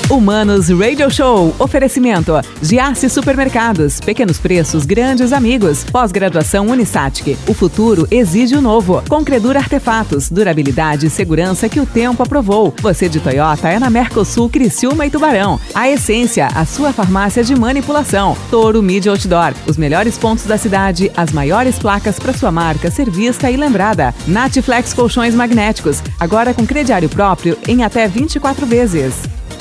Humanos Radio Show. Oferecimento. Giasse Supermercados. Pequenos preços, grandes amigos. Pós-graduação Unisatic. O futuro exige o novo. Concredur Artefatos. Durabilidade e segurança que o tempo aprovou. Você de Toyota é na Mercosul, Criciúma e Tubarão. A Essência, a sua farmácia de manipulação. Toro Mídia Outdoor. Os melhores pontos da cidade, as maiores placas para sua marca ser vista e lembrada. Natiflex Colchões Magnéticos. Agora com crediário próprio em até 24 vezes.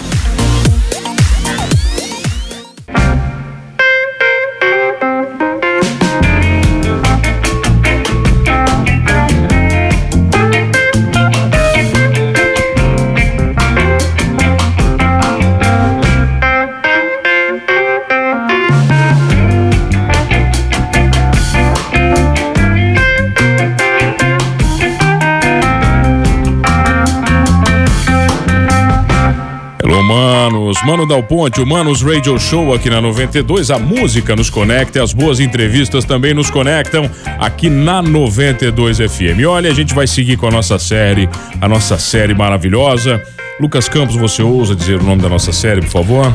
Mano Dal Ponte, o Humanos Radio Show aqui na 92, a música nos conecta e as boas entrevistas também nos conectam aqui na 92 FM. E olha, a gente vai seguir com a nossa série maravilhosa. Lucas Campos, você ousa dizer o nome da nossa série, por favor?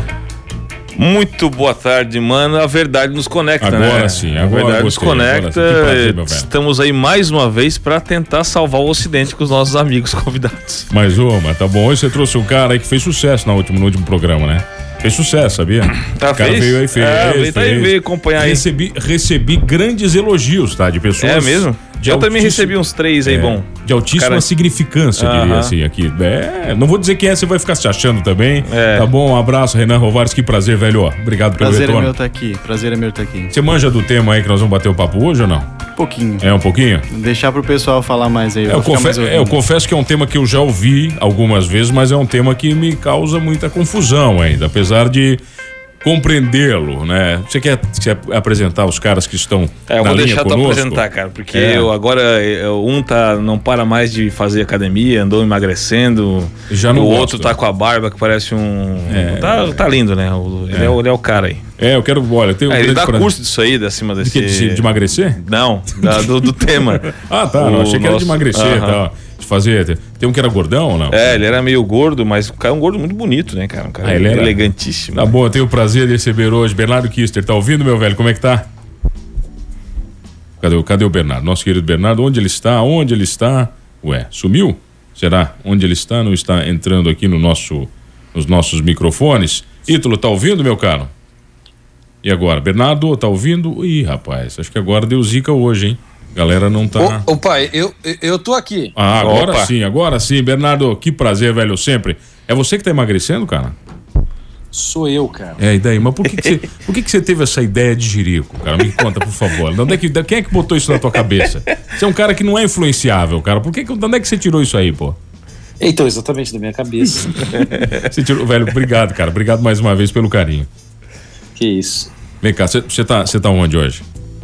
Muito boa tarde, mano. A verdade nos conecta, agora, né? Agora sim, agora a verdade gostei, nos conecta. Prazer, estamos aí mais uma vez para tentar salvar o Ocidente com os nossos amigos convidados. Mais uma, tá bom. Hoje você trouxe um cara aí que fez sucesso no último programa, né? Fez sucesso, sabia? Tá, o cara fez? Veio aí, veio acompanhar aí. Recebi grandes elogios, tá? De pessoas. É mesmo? Eu também recebi uns 3 aí, bom. De altíssima significância, diria assim, aqui. Não vou dizer quem é, você vai ficar se achando também. Tá bom? Um abraço, Renan Rovares, que prazer, velho. Obrigado pelo retorno. Prazer é meu estar aqui. Você manja do tema aí que nós vamos bater o papo hoje ou não? Um pouquinho. É um pouquinho? Deixar pro pessoal falar mais aí. Eu confesso que é um tema que eu já ouvi algumas vezes, mas é um tema que me causa muita confusão ainda, apesar de compreendê-lo, né? Você quer apresentar os caras que estão na linha conosco? Eu vou deixar tu apresentar, cara, porque eu agora, não para mais de fazer academia, andou emagrecendo, o outro tá com a barba que parece um... Tá lindo, né? Ele é o cara aí. Eu quero, olha, tem ele dá curso disso aí, acima desse... De emagrecer? Não, do tema. Tá, não, achei que era de emagrecer, tá. De fazer, tem um que era gordão ou não? Ele era meio gordo, mas o cara é um gordo muito bonito, né, cara? Um cara elegantíssimo. Tá bom, eu tenho o prazer de receber hoje Bernardo Kister. Tá ouvindo, meu velho? Como é que tá? Cadê o Bernardo? Nosso querido Bernardo, onde ele está? Ué, sumiu? Será? Onde ele está? Não está entrando aqui nos nossos microfones. Ítalo, tá ouvindo, meu caro? E agora? Bernardo, tá ouvindo? Ih, rapaz, acho que agora deu zica hoje, hein? Galera não tá... Ô pai, eu tô aqui. Agora sim, Bernardo, que prazer, velho, sempre. É você que tá emagrecendo, cara? Sou eu, cara. E daí? Mas por que você teve essa ideia de jirico, cara? Me conta, por favor. Quem é que botou isso na tua cabeça? Você é um cara que não é influenciável, cara. De onde é que você tirou isso aí, pô? Então, exatamente da minha cabeça. Você tirou, velho, obrigado, cara. Obrigado mais uma vez pelo carinho. Que isso. Vem cá, você tá onde hoje?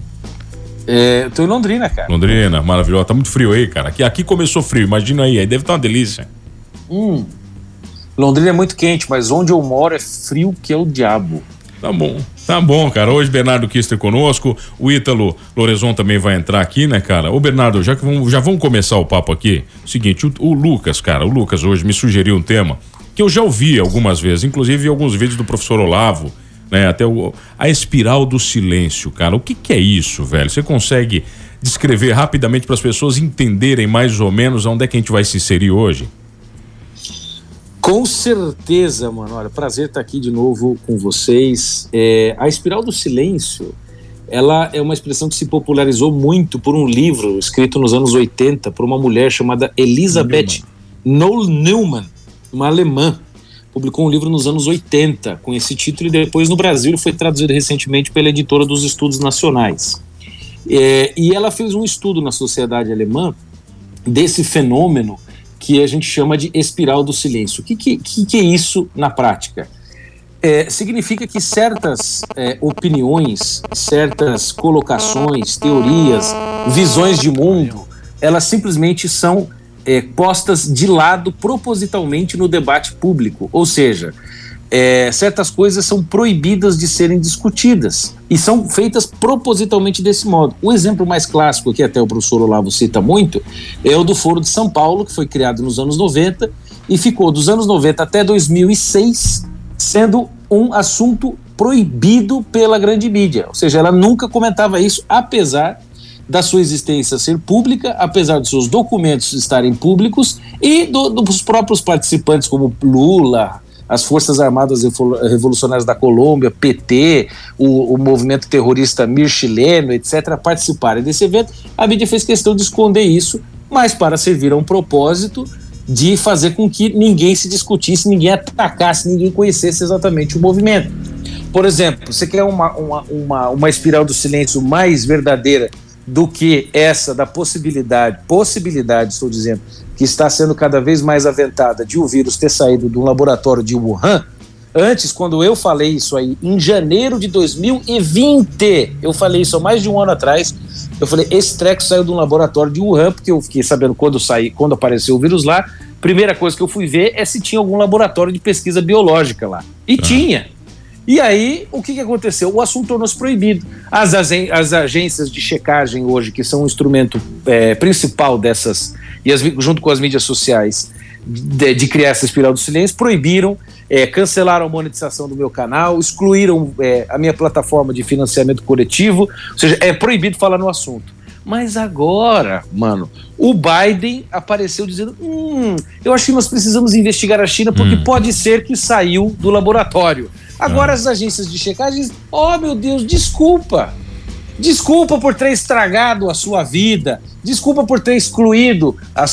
Eu tô em Londrina, cara. Londrina, maravilhoso. Tá muito frio aí, cara. Aqui começou frio, imagina aí deve estar uma delícia. Londrina é muito quente, mas onde eu moro é frio que é o diabo. Tá bom, cara. Hoje Bernardo Kister conosco, o Ítalo Lorenzon também vai entrar aqui, né, cara? Ô, Bernardo, já vamos começar o papo aqui. Seguinte, o Lucas hoje me sugeriu um tema que eu já ouvi algumas vezes, inclusive em alguns vídeos do professor Olavo, né, até a espiral do silêncio, cara. O que é isso, velho? Você consegue descrever rapidamente para as pessoas entenderem mais ou menos onde é que a gente vai se inserir hoje? Com certeza, mano. Olha, prazer estar aqui de novo com vocês. A espiral do silêncio, ela é uma expressão que se popularizou muito por um livro escrito nos anos 80 por uma mulher chamada Elisabeth Noll-Neumann, uma alemã. Publicou um livro nos anos 80 com esse título e depois no Brasil ele foi traduzido recentemente pela editora dos Estudos Nacionais. E ela fez um estudo na sociedade alemã desse fenômeno que a gente chama de espiral do silêncio. O que é isso na prática? Significa que certas opiniões, certas colocações, teorias, visões de mundo, elas simplesmente são postas de lado propositalmente no debate público, ou seja, certas coisas são proibidas de serem discutidas e são feitas propositalmente desse modo. O exemplo mais clássico, que até o professor Olavo cita muito, é o do Foro de São Paulo, que foi criado nos anos 90 e ficou dos anos 90 até 2006 sendo um assunto proibido pela grande mídia. Ou seja, ela nunca comentava isso, apesar da sua existência ser pública, apesar dos seus documentos estarem públicos e dos próprios participantes como Lula, as Forças Armadas Revolucionárias da Colômbia, PT, o movimento terrorista Mir chileno, etc., participarem desse evento. A mídia fez questão de esconder isso, mas para servir a um propósito de fazer com que ninguém se discutisse, ninguém atacasse, ninguém conhecesse exatamente o movimento. Por exemplo, você quer uma espiral do silêncio mais verdadeira do que essa da possibilidade, estou dizendo, que está sendo cada vez mais aventada de o vírus ter saído de um laboratório de Wuhan? Antes, quando eu falei isso aí, em janeiro de 2020, eu falei isso há mais de um ano atrás, eu falei, esse treco saiu de um laboratório de Wuhan, porque eu fiquei sabendo quando apareceu o vírus lá, primeira coisa que eu fui ver é se tinha algum laboratório de pesquisa biológica lá. E tinha. E aí, o que aconteceu? O assunto tornou-se proibido. As agências de checagem hoje, que são um instrumento principal dessas, e junto com as mídias sociais, de criar essa espiral do silêncio, proibiram, cancelaram a monetização do meu canal, excluíram a minha plataforma de financiamento coletivo, ou seja, é proibido falar no assunto. Mas agora, mano, o Biden apareceu dizendo, eu acho que nós precisamos investigar a China porque pode ser que saiu do laboratório. Agora as agências de checagem dizem, meu Deus, desculpa por ter estragado a sua vida, desculpa por ter excluído as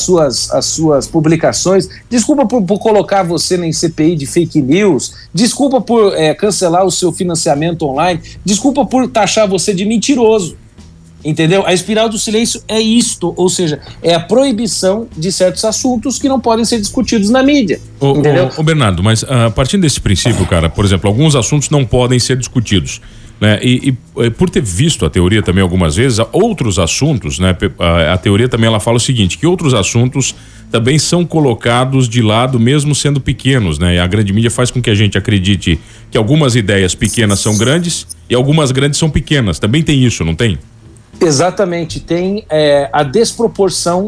suas publicações, desculpa por colocar você em CPI de fake news, desculpa por cancelar o seu financiamento online, desculpa por taxar você de mentiroso. Entendeu? A espiral do silêncio é isto, ou seja, é a proibição de certos assuntos que não podem ser discutidos na mídia. Entendeu? Bernardo, mas partindo desse princípio, cara, por exemplo, alguns assuntos não podem ser discutidos, né? E por ter visto a teoria também algumas vezes, outros assuntos, né? A teoria também ela fala o seguinte, que outros assuntos também são colocados de lado mesmo sendo pequenos, né? E a grande mídia faz com que a gente acredite que algumas ideias pequenas são grandes e algumas grandes são pequenas. Também tem isso, não tem? Exatamente, tem a desproporção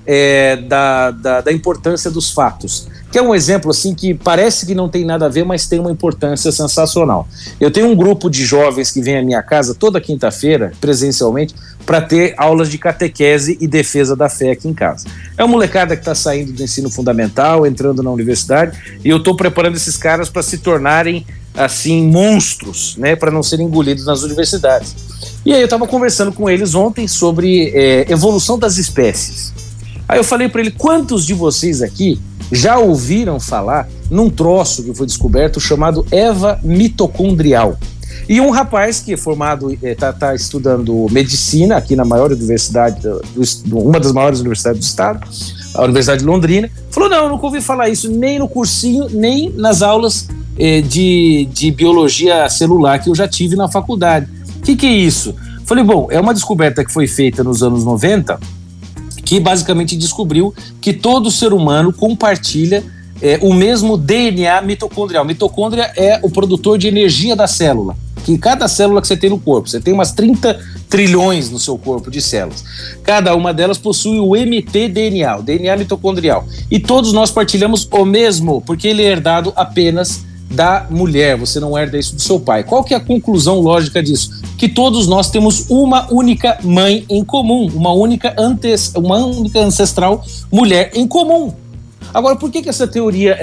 da importância dos fatos, que é um exemplo assim que parece que não tem nada a ver, mas tem uma importância sensacional. Eu tenho um grupo de jovens que vem à minha casa toda quinta-feira, presencialmente, para ter aulas de catequese e defesa da fé aqui em casa. É uma molecada que está saindo do ensino fundamental, entrando na universidade, e eu estou preparando esses caras para se tornarem assim monstros, né, para não serem engolidos nas universidades. E aí eu estava conversando com eles ontem sobre evolução das espécies. Aí eu falei para ele, quantos de vocês aqui já ouviram falar num troço que foi descoberto chamado Eva mitocondrial? E um rapaz que é formado, está estudando medicina aqui na maior universidade, uma das maiores universidades do estado, a Universidade de Londrina, falou, não, eu nunca ouvi falar isso nem no cursinho, nem nas aulas de biologia celular que eu já tive na faculdade. O que é isso? Falei, bom, é uma descoberta que foi feita nos anos 90, que basicamente descobriu que todo ser humano compartilha o mesmo DNA mitocondrial. Mitocôndria é o produtor de energia da célula, que cada célula que você tem no corpo, você tem umas 30 trilhões no seu corpo de células. Cada uma delas possui o mtDNA, o DNA mitocondrial. E todos nós partilhamos o mesmo, porque ele é herdado apenas da mulher, você não herda isso do seu pai. Qual que é a conclusão lógica disso? Que todos nós temos uma única mãe em comum, uma única ancestral mulher em comum. Agora, por que essa teoria,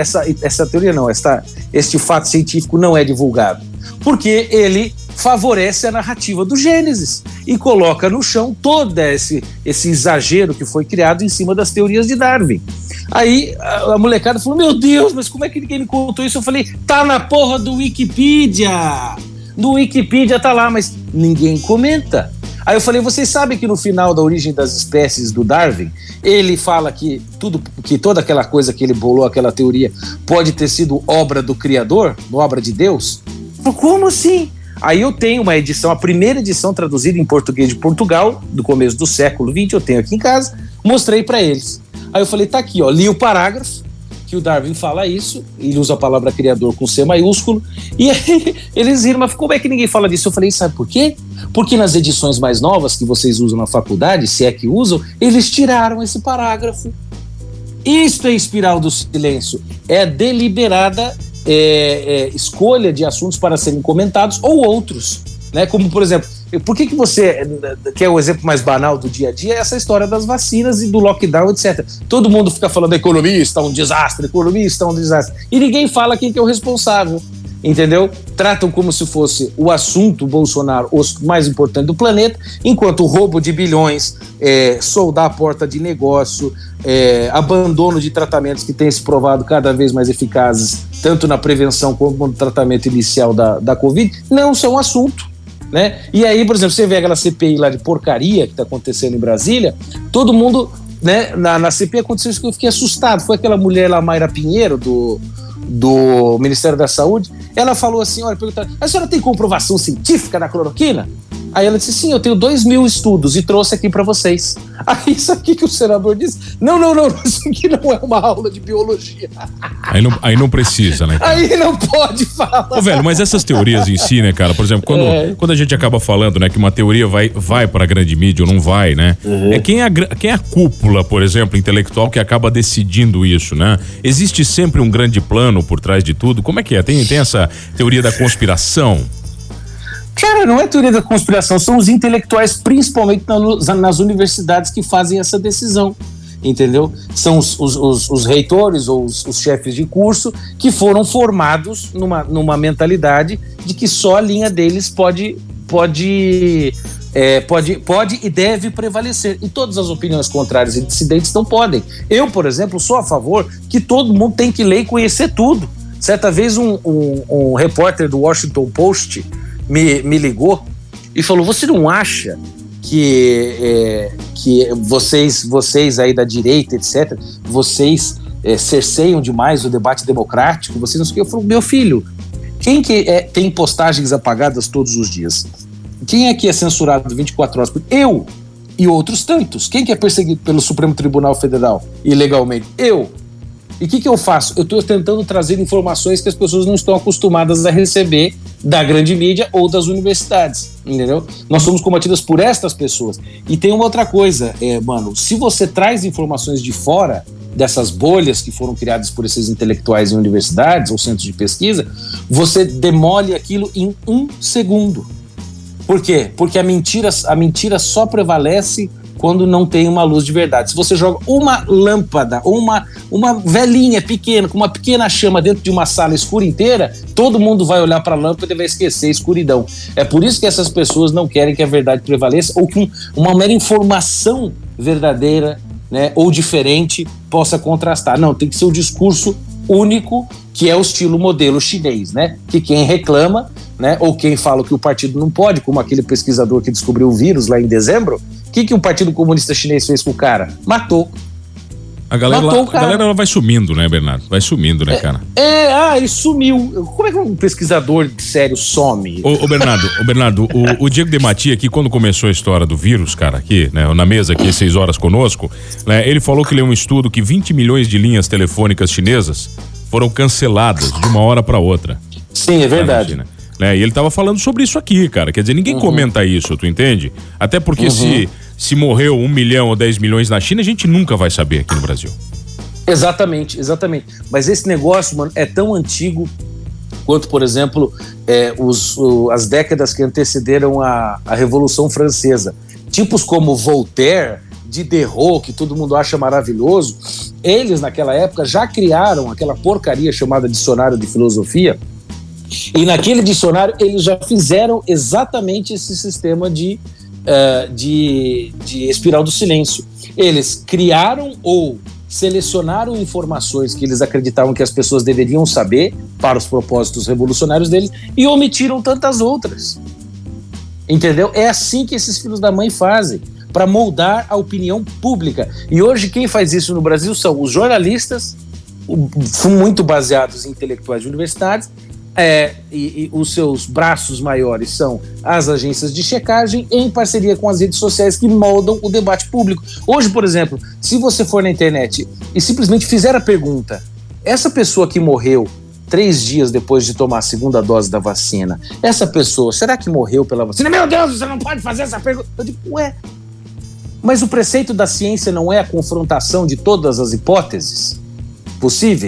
este fato científico não é divulgado? Porque ele favorece a narrativa do Gênesis e coloca no chão todo esse exagero que foi criado em cima das teorias de Darwin. Aí a molecada falou, meu Deus, mas como é que ninguém me contou isso? Eu falei, tá na porra do Wikipedia! No Wikipedia tá lá, mas ninguém comenta. Aí eu falei, vocês sabem que no final da Origem das Espécies do Darwin, ele fala que toda aquela coisa que ele bolou, aquela teoria, pode ter sido obra do Criador, obra de Deus? Eu falei, como assim? Aí eu tenho uma edição, a primeira edição traduzida em português de Portugal, do começo do século XX, eu tenho aqui em casa, mostrei para eles. Aí eu falei, tá aqui, ó, li o parágrafo, que o Darwin fala isso, ele usa a palavra criador com C maiúsculo, e aí eles riram, mas como é que ninguém fala disso? Eu falei, sabe por quê? Porque nas edições mais novas que vocês usam na faculdade, se é que usam, eles tiraram esse parágrafo. Isto é espiral do silêncio, é deliberada escolha de assuntos para serem comentados ou outros, né? Como, por exemplo, por que você, que é o exemplo mais banal do dia a dia, é essa história das vacinas e do lockdown, etc. Todo mundo fica falando, a economia está um desastre, e ninguém fala quem que é o responsável, entendeu? Tratam como se fosse o assunto Bolsonaro o mais importante do planeta, enquanto o roubo de bilhões, soldar a porta de negócio, abandono de tratamentos que têm se provado cada vez mais eficazes, tanto na prevenção como no tratamento inicial da Covid, não são assunto. Né? E aí, por exemplo, você vê aquela CPI lá de porcaria que está acontecendo em Brasília, todo mundo, né, na CPI aconteceu isso que eu fiquei assustado. Foi aquela mulher lá, Mayra Pinheiro, do Ministério da Saúde. Ela falou assim, olha, perguntaram, a senhora tem comprovação científica da cloroquina? Aí ela disse, sim, eu tenho 2.000 estudos e trouxe aqui para vocês. Aí isso aqui que o senador disse, não, isso aqui não é uma aula de biologia. Aí não precisa, né, cara? Aí não pode falar. Ô, velho, mas essas teorias em si, né, cara, por exemplo, quando a gente acaba falando, né, que uma teoria vai pra grande mídia ou não vai, né, quem é a cúpula, por exemplo, intelectual que acaba decidindo isso, né? Existe sempre um grande plano por trás de tudo? Como é que é? Tem essa teoria da conspiração? Cara, não é teoria da conspiração, são os intelectuais, principalmente nas universidades, que fazem essa decisão, entendeu? São os reitores ou os chefes de curso que foram formados numa mentalidade de que só a linha deles pode e deve prevalecer. E todas as opiniões contrárias e dissidentes não podem. Eu, por exemplo, sou a favor que todo mundo tem que ler e conhecer tudo. Certa vez um repórter do Washington Post me ligou e falou, você não acha que vocês aí da direita, etc., vocês cerceiam demais o debate democrático? Vocês não sei o que. Eu falo, meu filho, quem que tem postagens apagadas todos os dias? Quem é que é censurado 24 horas? Eu e outros tantos. Quem que é perseguido pelo Supremo Tribunal Federal ilegalmente? Eu. E o que eu faço? Eu estou tentando trazer informações que as pessoas não estão acostumadas a receber da grande mídia ou das universidades, entendeu? Nós somos combatidas por estas pessoas. E tem uma outra coisa, mano, se você traz informações de fora dessas bolhas que foram criadas por esses intelectuais em universidades ou centros de pesquisa, você demole aquilo em 1 segundo. Por quê? Porque a mentira só prevalece quando não tem uma luz de verdade. Se você joga uma lâmpada, uma velhinha pequena, com uma pequena chama dentro de uma sala escura inteira, todo mundo vai olhar para a lâmpada e vai esquecer a escuridão. É por isso que essas pessoas não querem que a verdade prevaleça ou que uma mera informação verdadeira, né, ou diferente possa contrastar. Não, tem que ser um discurso único, que é o estilo modelo chinês, né? Que quem reclama, né, ou quem fala que o partido não pode, como aquele pesquisador que descobriu o vírus lá em dezembro, o que o Partido Comunista Chinês fez com o cara? Matou. A galera vai sumindo, né, Bernardo? Vai sumindo, né, cara? Ele sumiu. Como é que um pesquisador sério some? Ô Bernardo, o Diego Demati aqui, quando começou a história do vírus, cara, aqui, né, na mesa aqui, 6 horas conosco, né, ele falou que leu um estudo que 20 milhões de linhas telefônicas chinesas foram canceladas de uma hora para outra. Sim, é verdade. Né? E ele tava falando sobre isso aqui, cara. Quer dizer, ninguém comenta isso, tu entende? Até porque se morreu 1 milhão ou 10 milhões na China, a gente nunca vai saber aqui no Brasil. Exatamente. Mas esse negócio, mano, é tão antigo quanto, por exemplo, as décadas que antecederam a Revolução Francesa. Tipos como Voltaire, Diderot, que todo mundo acha maravilhoso, eles naquela época já criaram aquela porcaria chamada Dicionário de Filosofia. E naquele dicionário eles já fizeram exatamente esse sistema de espiral do silêncio. Eles criaram ou selecionaram informações que eles acreditavam que as pessoas deveriam saber para os propósitos revolucionários deles e omitiram tantas outras. Entendeu? É assim que esses filhos da mãe fazem, para moldar a opinião pública. E hoje quem faz isso no Brasil são os jornalistas, muito baseados em intelectuais de universidades, e os seus braços maiores são as agências de checagem em parceria com as redes sociais que moldam o debate público. Hoje, por exemplo, se você for na internet e simplesmente fizer a pergunta, essa pessoa que morreu 3 dias depois de tomar a 2ª dose da vacina, essa pessoa, será que morreu pela vacina? Meu Deus, você não pode fazer essa pergunta. Eu digo, mas o preceito da ciência não é a confrontação de todas as hipóteses possíveis?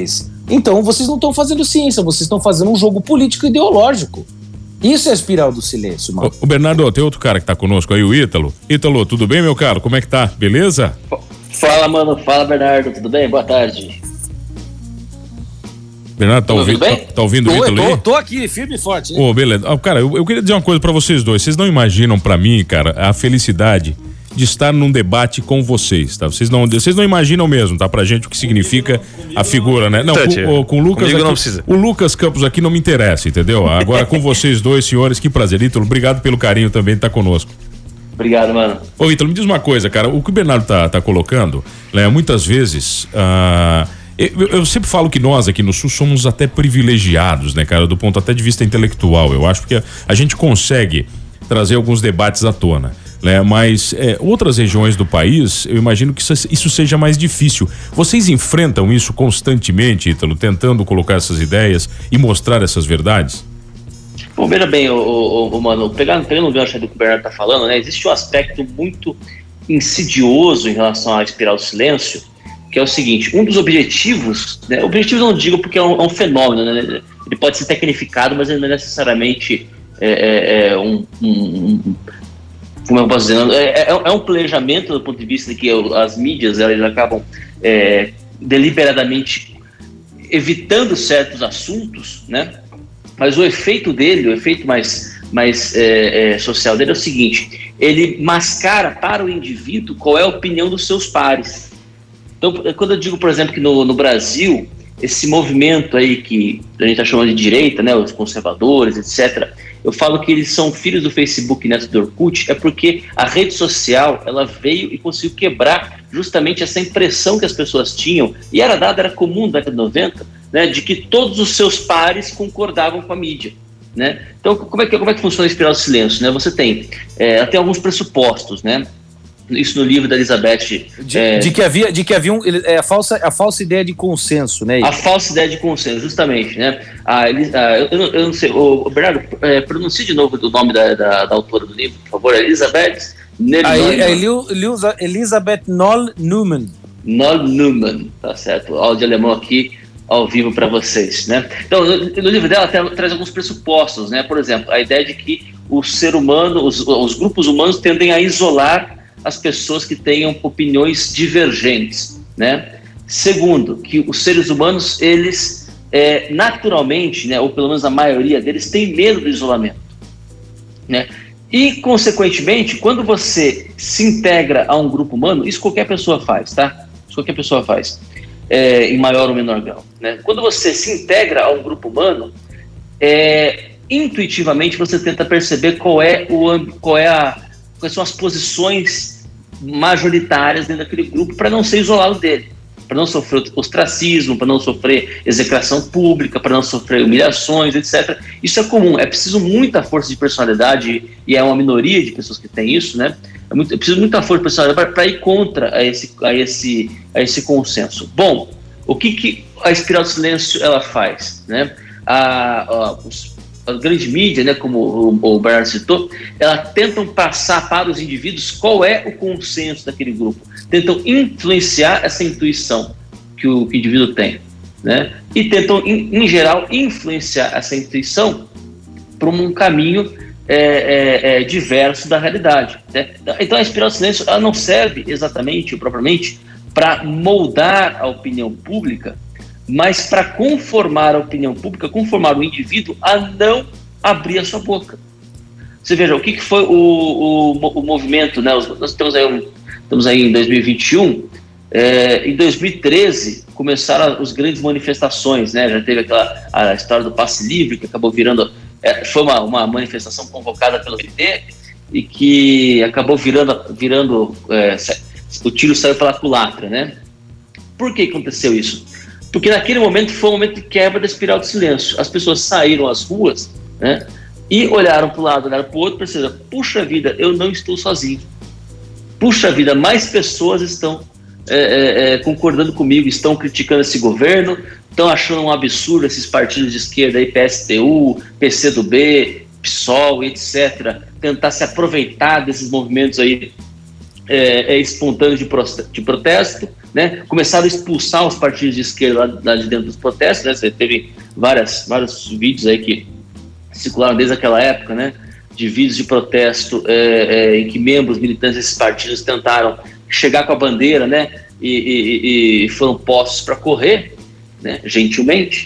Então vocês não estão fazendo ciência, vocês estão fazendo um jogo político ideológico. Isso é a espiral do silêncio, mano. O Bernardo, tem outro cara que tá conosco aí, o Ítalo. Ítalo, tudo bem, meu caro? Como é que tá? Beleza? Fala, mano. Fala, Bernardo. Tudo bem? Boa tarde. Bernardo, tá ouvindo o Ítalo aí? Tô aqui, firme e forte. Beleza. Cara, eu queria dizer uma coisa pra vocês dois. Vocês não imaginam pra mim, cara, a felicidade de estar num debate com vocês, tá? Vocês não imaginam mesmo, tá? Pra gente o que significa a figura, né? Não, com o Lucas aqui, não precisa. O Lucas Campos aqui não me interessa, entendeu? Agora com vocês dois, senhores, que prazer. Ítalo, obrigado pelo carinho também de estar conosco. Obrigado, mano. Ô, Ítalo, me diz uma coisa, cara, o que o Bernardo tá colocando, né, muitas vezes, eu sempre falo que nós aqui no Sul somos até privilegiados, né, cara, do ponto até de vista intelectual, eu acho, porque a gente consegue trazer alguns debates à tona, né, mas outras regiões do país, eu imagino que isso seja mais difícil. Vocês enfrentam isso constantemente, Ítalo, tentando colocar essas ideias e mostrar essas verdades? Bom, veja bem, mano, pegando o gancho do que o Bernardo tá falando, né, existe um aspecto muito insidioso em relação à espiral do silêncio, que é o seguinte: um dos objetivos, né, objetivos eu não digo porque é um fenômeno, né, ele pode ser tecnificado, mas ele não é necessariamente como eu posso dizer, é um planejamento do ponto de vista de que as mídias elas acabam deliberadamente evitando certos assuntos, né? Mas o efeito dele, o efeito mais social dele é o seguinte: ele mascara para o indivíduo qual é a opinião dos seus pares. Então, quando eu digo, por exemplo, que no Brasil, esse movimento aí que a gente está chamando de direita, né, os conservadores, etc., eu falo que eles são filhos do Facebook, neto do Orkut, é porque a rede social, ela veio e conseguiu quebrar justamente essa impressão que as pessoas tinham, e era comum na década de 90, né, de que todos os seus pares concordavam com a mídia, né? Então, como é que funciona a espiral do silêncio, né? Você tem alguns pressupostos, né? Isso no livro da Elizabeth. De que havia a falsa ideia de consenso, né? A falsa ideia de consenso, justamente, né? Eu não sei, o Bernardo, pronuncie de novo o nome da autora do livro, por favor, Elizabeth Elizabeth Noll Neumann. Noll Neumann, tá certo. Áudio alemão aqui, ao vivo para vocês, né? Então, no livro dela traz alguns pressupostos, né? Por exemplo, a ideia de que o ser humano, os grupos humanos tendem a isolar as pessoas que tenham opiniões divergentes, né? Segundo, que os seres humanos, eles naturalmente, né, ou pelo menos a maioria deles, tem medo do isolamento, né? E, consequentemente, quando você se integra a um grupo humano, isso qualquer pessoa faz, tá? Isso qualquer pessoa faz, em maior ou menor grau, né? Quando você se integra a um grupo humano, intuitivamente você tenta perceber quais são as posições majoritárias dentro daquele grupo para não ser isolado dele, para não sofrer ostracismo, para não sofrer execração pública, para não sofrer humilhações, etc. Isso é comum, é preciso muita força de personalidade, e é uma minoria de pessoas que tem isso, né? É preciso muita força de personalidade para ir contra a esse consenso. Bom, o que a espiral do silêncio ela faz, né? A grande mídia, né, como o Bernardo citou, elas tentam passar para os indivíduos qual é o consenso daquele grupo, tentam influenciar essa intuição que o indivíduo tem, né, e tentam, em geral, influenciar essa intuição para um caminho diverso da realidade, né? Então a espiral do silêncio ela não serve exatamente, propriamente, para moldar a opinião pública, mas para conformar a opinião pública, conformar o indivíduo a não abrir a sua boca. Você veja, o que foi o movimento, né? Nós estamos aí em 2021, em 2013 começaram as grandes manifestações, né? Já teve a história do passe livre, que acabou virando, foi uma manifestação convocada pelo PT, e que acabou virando o tiro saiu pela culatra, né? Por que aconteceu isso? Porque naquele momento foi um momento de quebra da espiral do silêncio. As pessoas saíram às ruas, né, e olharam para o lado, olharam para o outro, perceberam: puxa vida, eu não estou sozinho. Puxa vida, mais pessoas estão concordando comigo, estão criticando esse governo, estão achando um absurdo esses partidos de esquerda aí, PSTU, PCdoB, PSOL, etc., tentar se aproveitar desses movimentos aí espontâneos de protesto, né? Começaram a expulsar os partidos de esquerda lá de dentro dos protestos, né? Você teve vários vídeos aí que circularam desde aquela época, né? De vídeos de protesto em que membros militantes desses partidos tentaram chegar com a bandeira, né? E foram postos para correr, né? Gentilmente.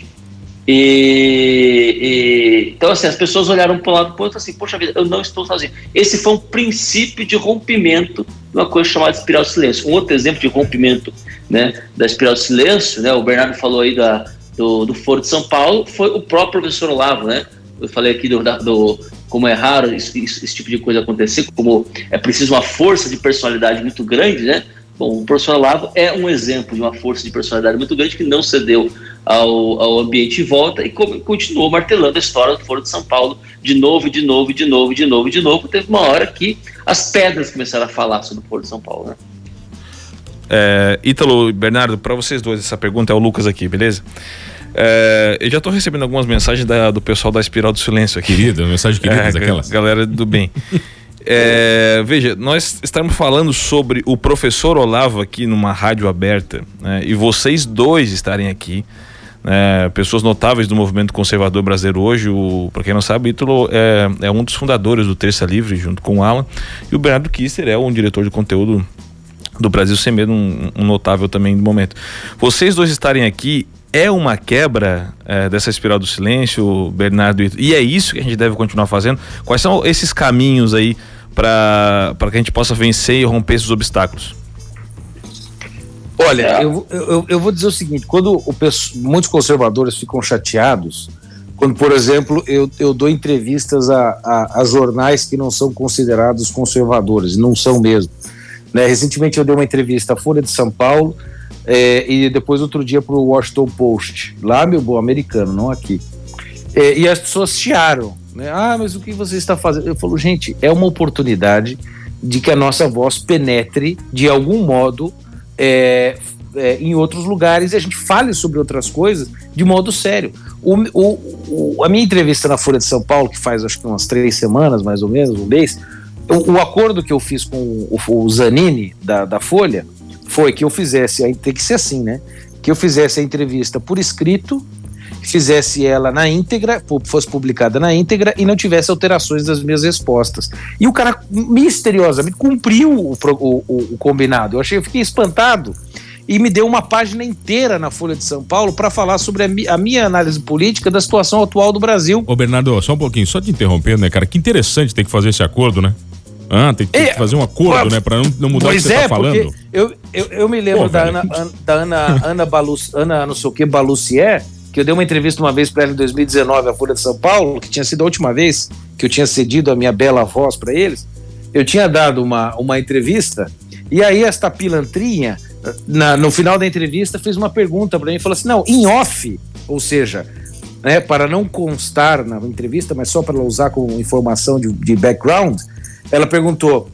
Então, assim, as pessoas olharam para o lado e falaram assim, poxa vida, eu não estou sozinho. Esse foi um princípio de rompimento de uma coisa chamada espiral de silêncio. Um outro exemplo de rompimento, né, da espiral de silêncio, né, o Bernardo falou aí do Foro de São Paulo, foi o próprio professor Olavo, né? Eu falei aqui do como é raro esse tipo de coisa acontecer, como é preciso uma força de personalidade muito grande, né? Bom, o professor Olavo é um exemplo de uma força de personalidade muito grande que não cedeu ao ambiente em volta e continuou martelando a história do Foro de São Paulo de novo. Teve uma hora que as pedras começaram a falar sobre o Foro de São Paulo, né? Ítalo e Bernardo, para vocês dois, essa pergunta é o Lucas aqui, beleza? Eu já estou recebendo algumas mensagens do pessoal da Espiral do Silêncio aqui. Mensagem querida daquelas. Galera do bem. Veja, nós estamos falando sobre o professor Olavo aqui numa rádio aberta, né, e vocês dois estarem aqui, né, pessoas notáveis do movimento conservador brasileiro hoje. Para quem não sabe, o Ítalo é um dos fundadores do Terça Livre, junto com o Alan, e o Bernardo Kister é um diretor de conteúdo do Brasil Sem Medo, um notável também do momento. Vocês dois estarem aqui é uma quebra dessa espiral do silêncio, Bernardo, e é isso que a gente deve continuar fazendo? Quais são esses caminhos aí para que a gente possa vencer e romper esses obstáculos? Olha, eu vou dizer o seguinte: quando muitos conservadores ficam chateados, quando, por exemplo, eu dou entrevistas a jornais que não são considerados conservadores, não são mesmo, né? Recentemente eu dei uma entrevista à Folha de São Paulo, e depois outro dia para o Washington Post, lá, meu bom, americano, não aqui. E as pessoas chiaram, né? Mas o que você está fazendo? Eu falo, gente, é uma oportunidade de que a nossa voz penetre de algum modo em outros lugares e a gente fale sobre outras coisas de modo sério. A minha entrevista na Folha de São Paulo, que faz acho que umas 3 semanas, mais ou menos, um mês, o acordo que eu fiz com o Zanini da Folha foi que eu fizesse, aí tem que ser assim, né? Que eu fizesse a entrevista por escrito, fizesse ela na íntegra, fosse publicada na íntegra e não tivesse alterações das minhas respostas. E o cara misteriosamente cumpriu o combinado. Eu fiquei espantado e me deu uma página inteira na Folha de São Paulo para falar sobre a minha análise política da situação atual do Brasil. Ô Bernardo, só um pouquinho, só te interrompendo, né, cara? Que interessante ter que fazer esse acordo, né? Tem que fazer um acordo, né? Pra não mudar o que você tá falando. Eu me lembro da Ana não sei o que, Balussier, que eu dei uma entrevista uma vez para ela em 2019, à Folha de São Paulo, que tinha sido a última vez que eu tinha cedido a minha bela voz para eles. Eu tinha dado uma entrevista, e aí esta pilantrinha, no final da entrevista, fez uma pergunta para mim, falou assim, não, em off, ou seja, né, para não constar na entrevista, mas só para ela usar como informação de background, ela perguntou,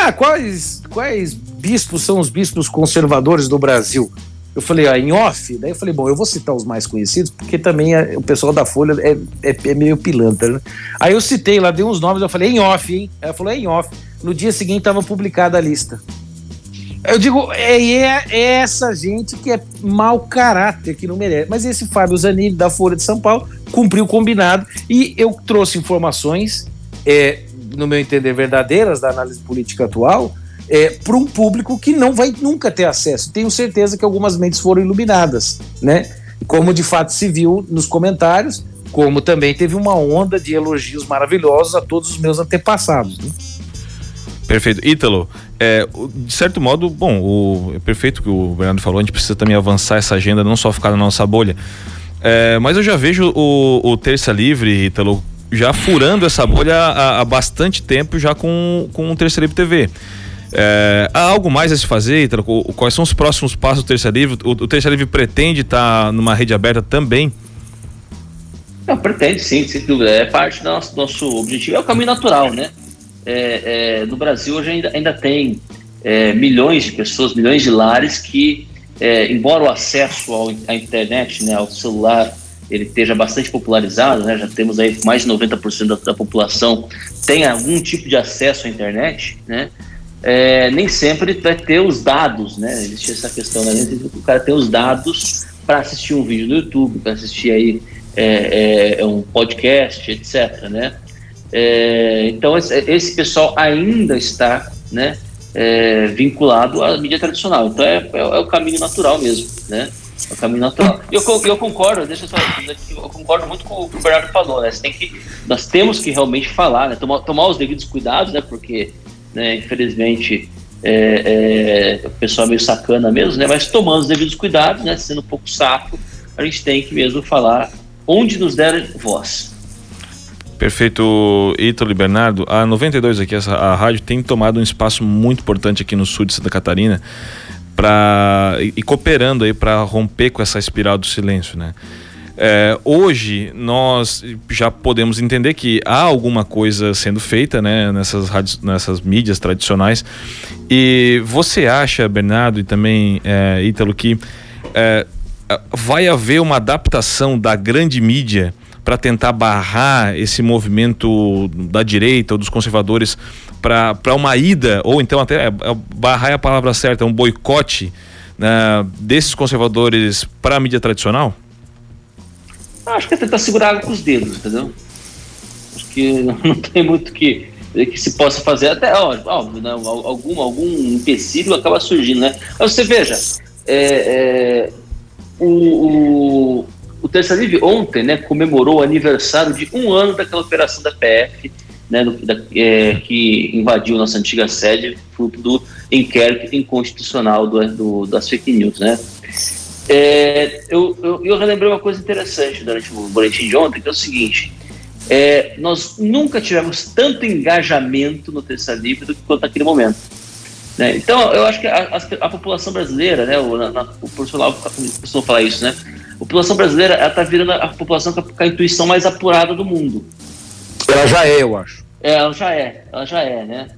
quais bispos são os bispos conservadores do Brasil? Eu falei, em off? Daí eu falei, bom, eu vou citar os mais conhecidos, porque também o pessoal da Folha é meio pilantra, né? Aí eu citei lá, dei uns nomes, eu falei, em off, hein? Ela falou, em off. No dia seguinte estava publicada a lista. Eu digo, é essa gente que é mau caráter, que não merece. Mas esse Fábio Zanini, da Folha de São Paulo, cumpriu o combinado e eu trouxe informações, no meu entender, verdadeiras da análise política atual, para um público que não vai nunca ter acesso. Tenho certeza que algumas mentes foram iluminadas, né? Como de fato se viu nos comentários, como também teve uma onda de elogios maravilhosos a todos os meus antepassados, né? Perfeito. Ítalo, de certo modo, bom, é perfeito o que o Bernardo falou, a gente precisa também avançar essa agenda, não só ficar na nossa bolha, mas eu já vejo o Terça Livre, Ítalo, já furando essa bolha há bastante tempo, já com o Terça Livre TV. Há algo mais a se fazer, Ítalo? Quais são os próximos passos do Terça Livre? O Terça Livre pretende estar numa rede aberta também? Não, pretende sim, sem dúvida. É parte do nosso objetivo, é o caminho natural, né? No Brasil hoje ainda tem milhões de pessoas, milhões de lares que, embora o acesso à internet, né, ao celular, ele esteja bastante popularizado, né? Já temos aí mais de 90% da população tem algum tipo de acesso à internet, né? nem sempre vai ter os dados, né? Existe essa questão, né? O cara tem os dados para assistir um vídeo no YouTube, para assistir aí um podcast, etc., né? Então esse pessoal ainda está, né, vinculado à mídia tradicional. Então é o caminho natural mesmo, né? É o caminho natural. Eu concordo, eu concordo muito com o que o Bernardo falou, né? Nós temos que realmente falar, né? Tomar os devidos cuidados, né? Porque, né, infelizmente, o pessoal é meio sacana mesmo, né? Mas tomando os devidos cuidados, né? Sendo um pouco saco, a gente tem que mesmo falar onde nos der voz. Perfeito, Ítalo e Bernardo. A 92 aqui, a rádio tem tomado um espaço muito importante aqui no sul de Santa Catarina e cooperando aí para romper com essa espiral do silêncio, né? Hoje nós já podemos entender que há alguma coisa sendo feita, né, nessas rádios, nessas mídias tradicionais. E você acha, Bernardo e também Ítalo, que vai haver uma adaptação da grande mídia para tentar barrar esse movimento da direita ou dos conservadores para uma ida, ou então até barrar é a palavra certa, um boicote, né, desses conservadores para a mídia tradicional? Acho que é tentar segurar água com os dedos, entendeu? Acho que não tem muito que se possa fazer, até óbvio, né, algum empecilho acaba surgindo, né? Mas você veja, o Terça Livre ontem, né, comemorou o aniversário de 1 ano daquela operação da PF, né, que invadiu nossa antiga sede, fruto do inquérito inconstitucional das fake news, né? Eu relembrei uma coisa interessante durante o boletim de ontem, que é o seguinte: nós nunca tivemos tanto engajamento no Terça Livre do que quanto naquele momento, né? Então eu acho que a população brasileira, né, o professor Lavo costuma falar isso, né? A população brasileira, ela está virando a população com a intuição mais apurada do mundo. Ela já é, eu acho. Ela já é, né?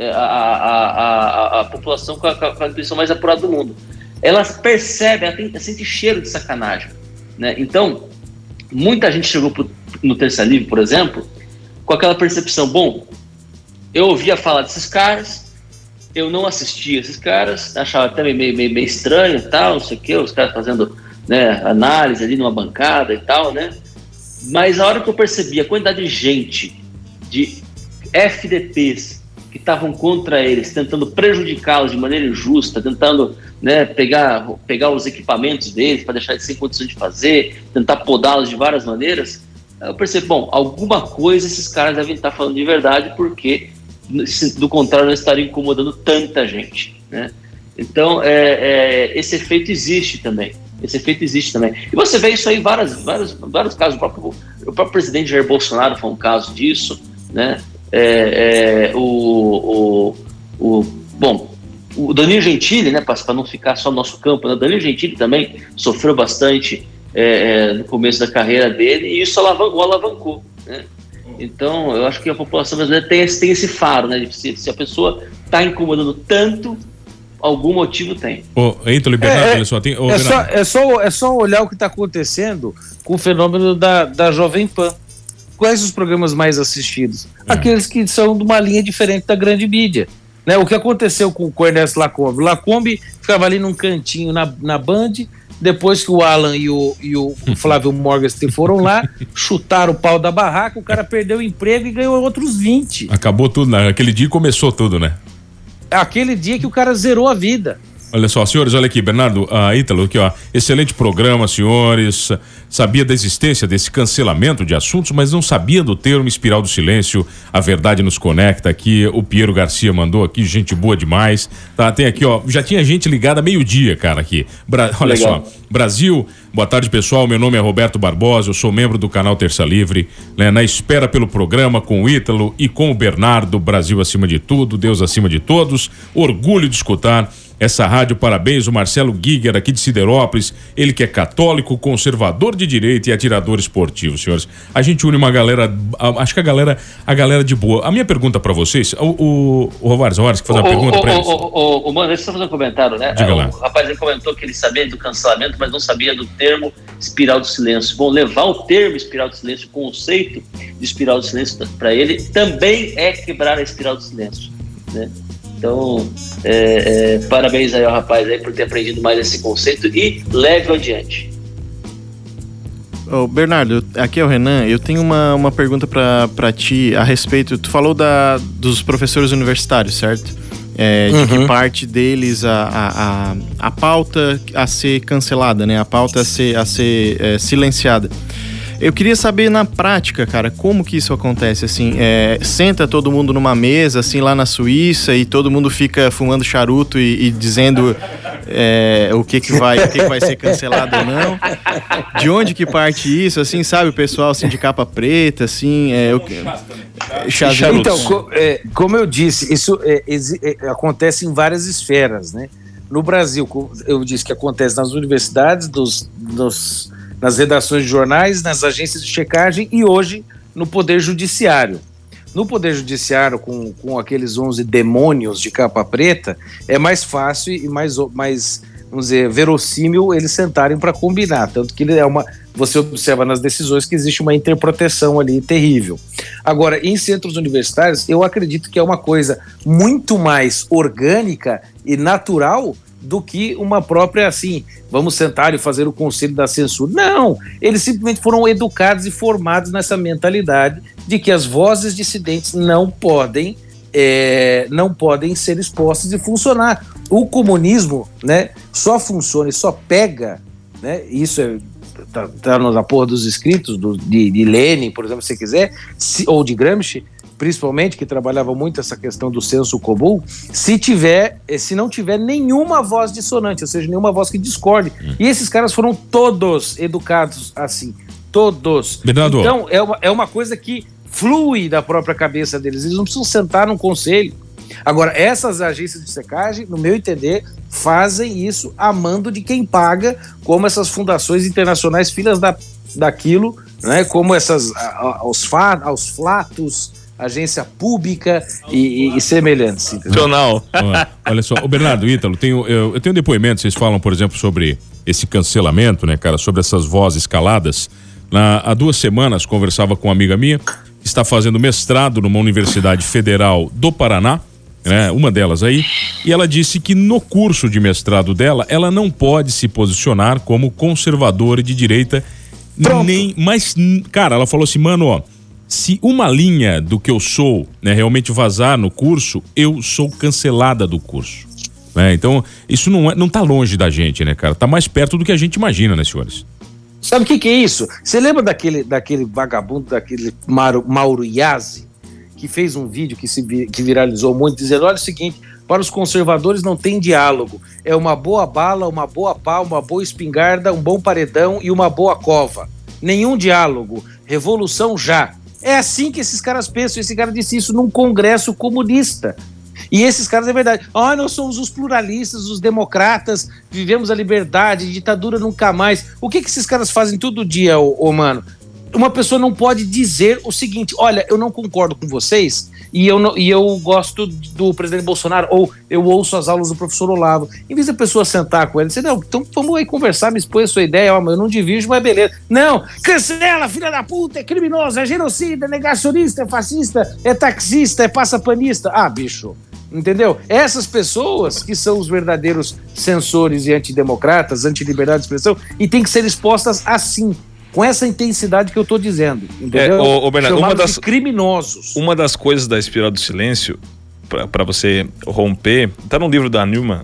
A população com a intuição mais apurada do mundo. Ela percebe, ela sente cheiro de sacanagem, né? Então, muita gente chegou no Terça Livre, por exemplo, com aquela percepção: bom, eu ouvia falar desses caras, eu não assistia esses caras, achava até meio estranho e tal, não sei o que, os caras fazendo, né, análise ali numa bancada e tal, né? Mas a hora que eu percebi a quantidade de gente, de FDPs que estavam contra eles, tentando prejudicá-los de maneira injusta, tentando, né, pegar os equipamentos deles para deixar eles sem condições de fazer, tentar podá-los de várias maneiras, eu percebi, bom, alguma coisa esses caras devem estar falando de verdade, porque do contrário não estariam incomodando tanta gente, né? Então esse efeito existe também. E você vê isso aí em vários casos. O próprio presidente Jair Bolsonaro foi um caso disso, né? Bom, o Danilo Gentili, né, para não ficar só no nosso campo, né, o Danilo Gentili também sofreu bastante no começo da carreira dele, e isso o alavancou, né? Então eu acho que a população brasileira tem esse faro, né? Se a pessoa está incomodando tanto, algum motivo tem. Ítalo, Bernardo, olha só, é só olhar o que está acontecendo com o fenômeno da Jovem Pan. Quais os programas mais assistidos? Aqueles que são de uma linha diferente da grande mídia, né? O que aconteceu com o Ernesto Lacombe? O Lacombe ficava ali num cantinho na Band, depois que o Alan e o Flávio Morgenstern foram lá, chutaram o pau da barraca, o cara perdeu o emprego e ganhou outros 20. Acabou tudo, né? Aquele dia começou tudo, né? Aquele dia que o cara zerou a vida. Olha só, senhores, olha aqui, Bernardo, Ítalo, aqui, ó, excelente programa, senhores. Sabia da existência desse cancelamento de assuntos, mas não sabia do termo espiral do silêncio. A verdade nos conecta aqui. O Piero Garcia mandou aqui, gente boa demais. Tá, tem aqui, ó, já tinha gente ligada meio-dia, cara, aqui. Olha legal. Só, Brasil, boa tarde, pessoal. Meu nome é Roberto Barbosa, eu sou membro do canal Terça Livre, né? Na espera pelo programa com o Ítalo e com o Bernardo. Brasil acima de tudo, Deus acima de todos. Orgulho de escutar essa rádio, parabéns, o Marcelo Giger aqui de Siderópolis, ele que é católico, conservador de direita e atirador esportivo, senhores. A gente une uma galera, acho que a galera de boa. A minha pergunta pra vocês, o Rovares, que fazer uma pergunta pra eles. Mano, deixa eu fazer um comentário, né? Diga lá. O rapaz ele comentou que ele sabia do cancelamento, mas não sabia do termo espiral do silêncio. Bom, levar o termo espiral do silêncio, o conceito de espiral do silêncio pra ele, também é quebrar a espiral do silêncio, né? Então, parabéns aí ao rapaz aí por ter aprendido mais esse conceito e leve-o adiante. Bernardo, aqui é o Renan. Eu tenho uma pergunta para ti a respeito. Tu falou dos professores universitários, certo? De que parte deles a pauta a ser cancelada, né? A pauta a ser silenciada. Eu queria saber na prática, cara, como que isso acontece, assim, senta todo mundo numa mesa, assim, lá na Suíça e todo mundo fica fumando charuto e dizendo o que vai ser cancelado ou não. De onde que parte isso, assim, sabe, o pessoal, assim, de capa preta, assim, Então, como eu disse, isso acontece em várias esferas, né? No Brasil, eu disse que acontece nas universidades, nas redações de jornais, nas agências de checagem e hoje no Poder Judiciário. No Poder Judiciário, com aqueles 11 demônios de capa preta, é mais fácil e mais vamos dizer, verossímil eles sentarem para combinar. Tanto que você observa nas decisões que existe uma interproteção ali terrível. Agora, em centros universitários, eu acredito que é uma coisa muito mais orgânica e natural do que uma própria, assim, vamos sentar e fazer o conselho da censura. Não, eles simplesmente foram educados e formados nessa mentalidade de que as vozes dissidentes não podem ser expostas e funcionar. O comunismo, né, só funciona e só pega, né, isso tá na porra dos escritos de Lenin, por exemplo, se você quiser, ou de Gramsci, principalmente, que trabalhava muito essa questão do senso comum, se não tiver nenhuma voz dissonante, ou seja, nenhuma voz que discorde. E esses caras foram todos educados assim, todos. Bernardo. Então, é uma coisa que flui da própria cabeça deles, eles não precisam sentar num conselho. Agora, essas agências de checagem, no meu entender, fazem isso a mando de quem paga, como essas fundações internacionais filhas daquilo, né, como aos flatos, agência pública e semelhantes. Olha só, o Bernardo, Ítalo, eu tenho depoimento, vocês falam, por exemplo, sobre esse cancelamento, né, cara, sobre essas vozes caladas. Há 2 semanas, conversava com uma amiga minha, que está fazendo mestrado numa universidade federal do Paraná, né, uma delas aí, e ela disse que no curso de mestrado dela, ela não pode se posicionar como conservadora de direita, mas, cara, ela falou assim, mano, ó, se uma linha do que eu sou, né, realmente vazar no curso, eu sou cancelada do curso. Né? Então, isso não tá longe da gente, né, cara? Tá mais perto do que a gente imagina, né, senhores? Sabe o que é isso? Você lembra daquele vagabundo, daquele Mauro Iazzi, que fez um vídeo que viralizou muito, dizendo, olha o seguinte, para os conservadores não tem diálogo. É uma boa bala, uma boa pá, uma boa espingarda, um bom paredão e uma boa cova. Nenhum diálogo. Revolução já. É assim que esses caras pensam. Esse cara disse isso num congresso comunista. E esses caras, é verdade. Nós somos os pluralistas, os democratas, vivemos a liberdade, ditadura nunca mais. O que esses caras fazem todo dia, mano? Uma pessoa não pode dizer o seguinte, olha, eu não concordo com vocês e eu gosto do presidente Bolsonaro, ou eu ouço as aulas do professor Olavo. Em vez da pessoa sentar com ele e dizer, não, então vamos aí conversar, me expõe a sua ideia, eu não divirjo, mas beleza. Não, cancela, filha da puta, é criminoso, é genocida, é negacionista, é fascista, é taxista, é passapanista. Bicho, entendeu? Essas pessoas que são os verdadeiros censores e antidemocratas, antiliberdade de expressão, e tem que ser expostas assim, com essa intensidade que eu tô dizendo, entendeu? Bernardo, de criminosos. Uma das coisas da espiral do silêncio, para você romper, tá no livro da Newman,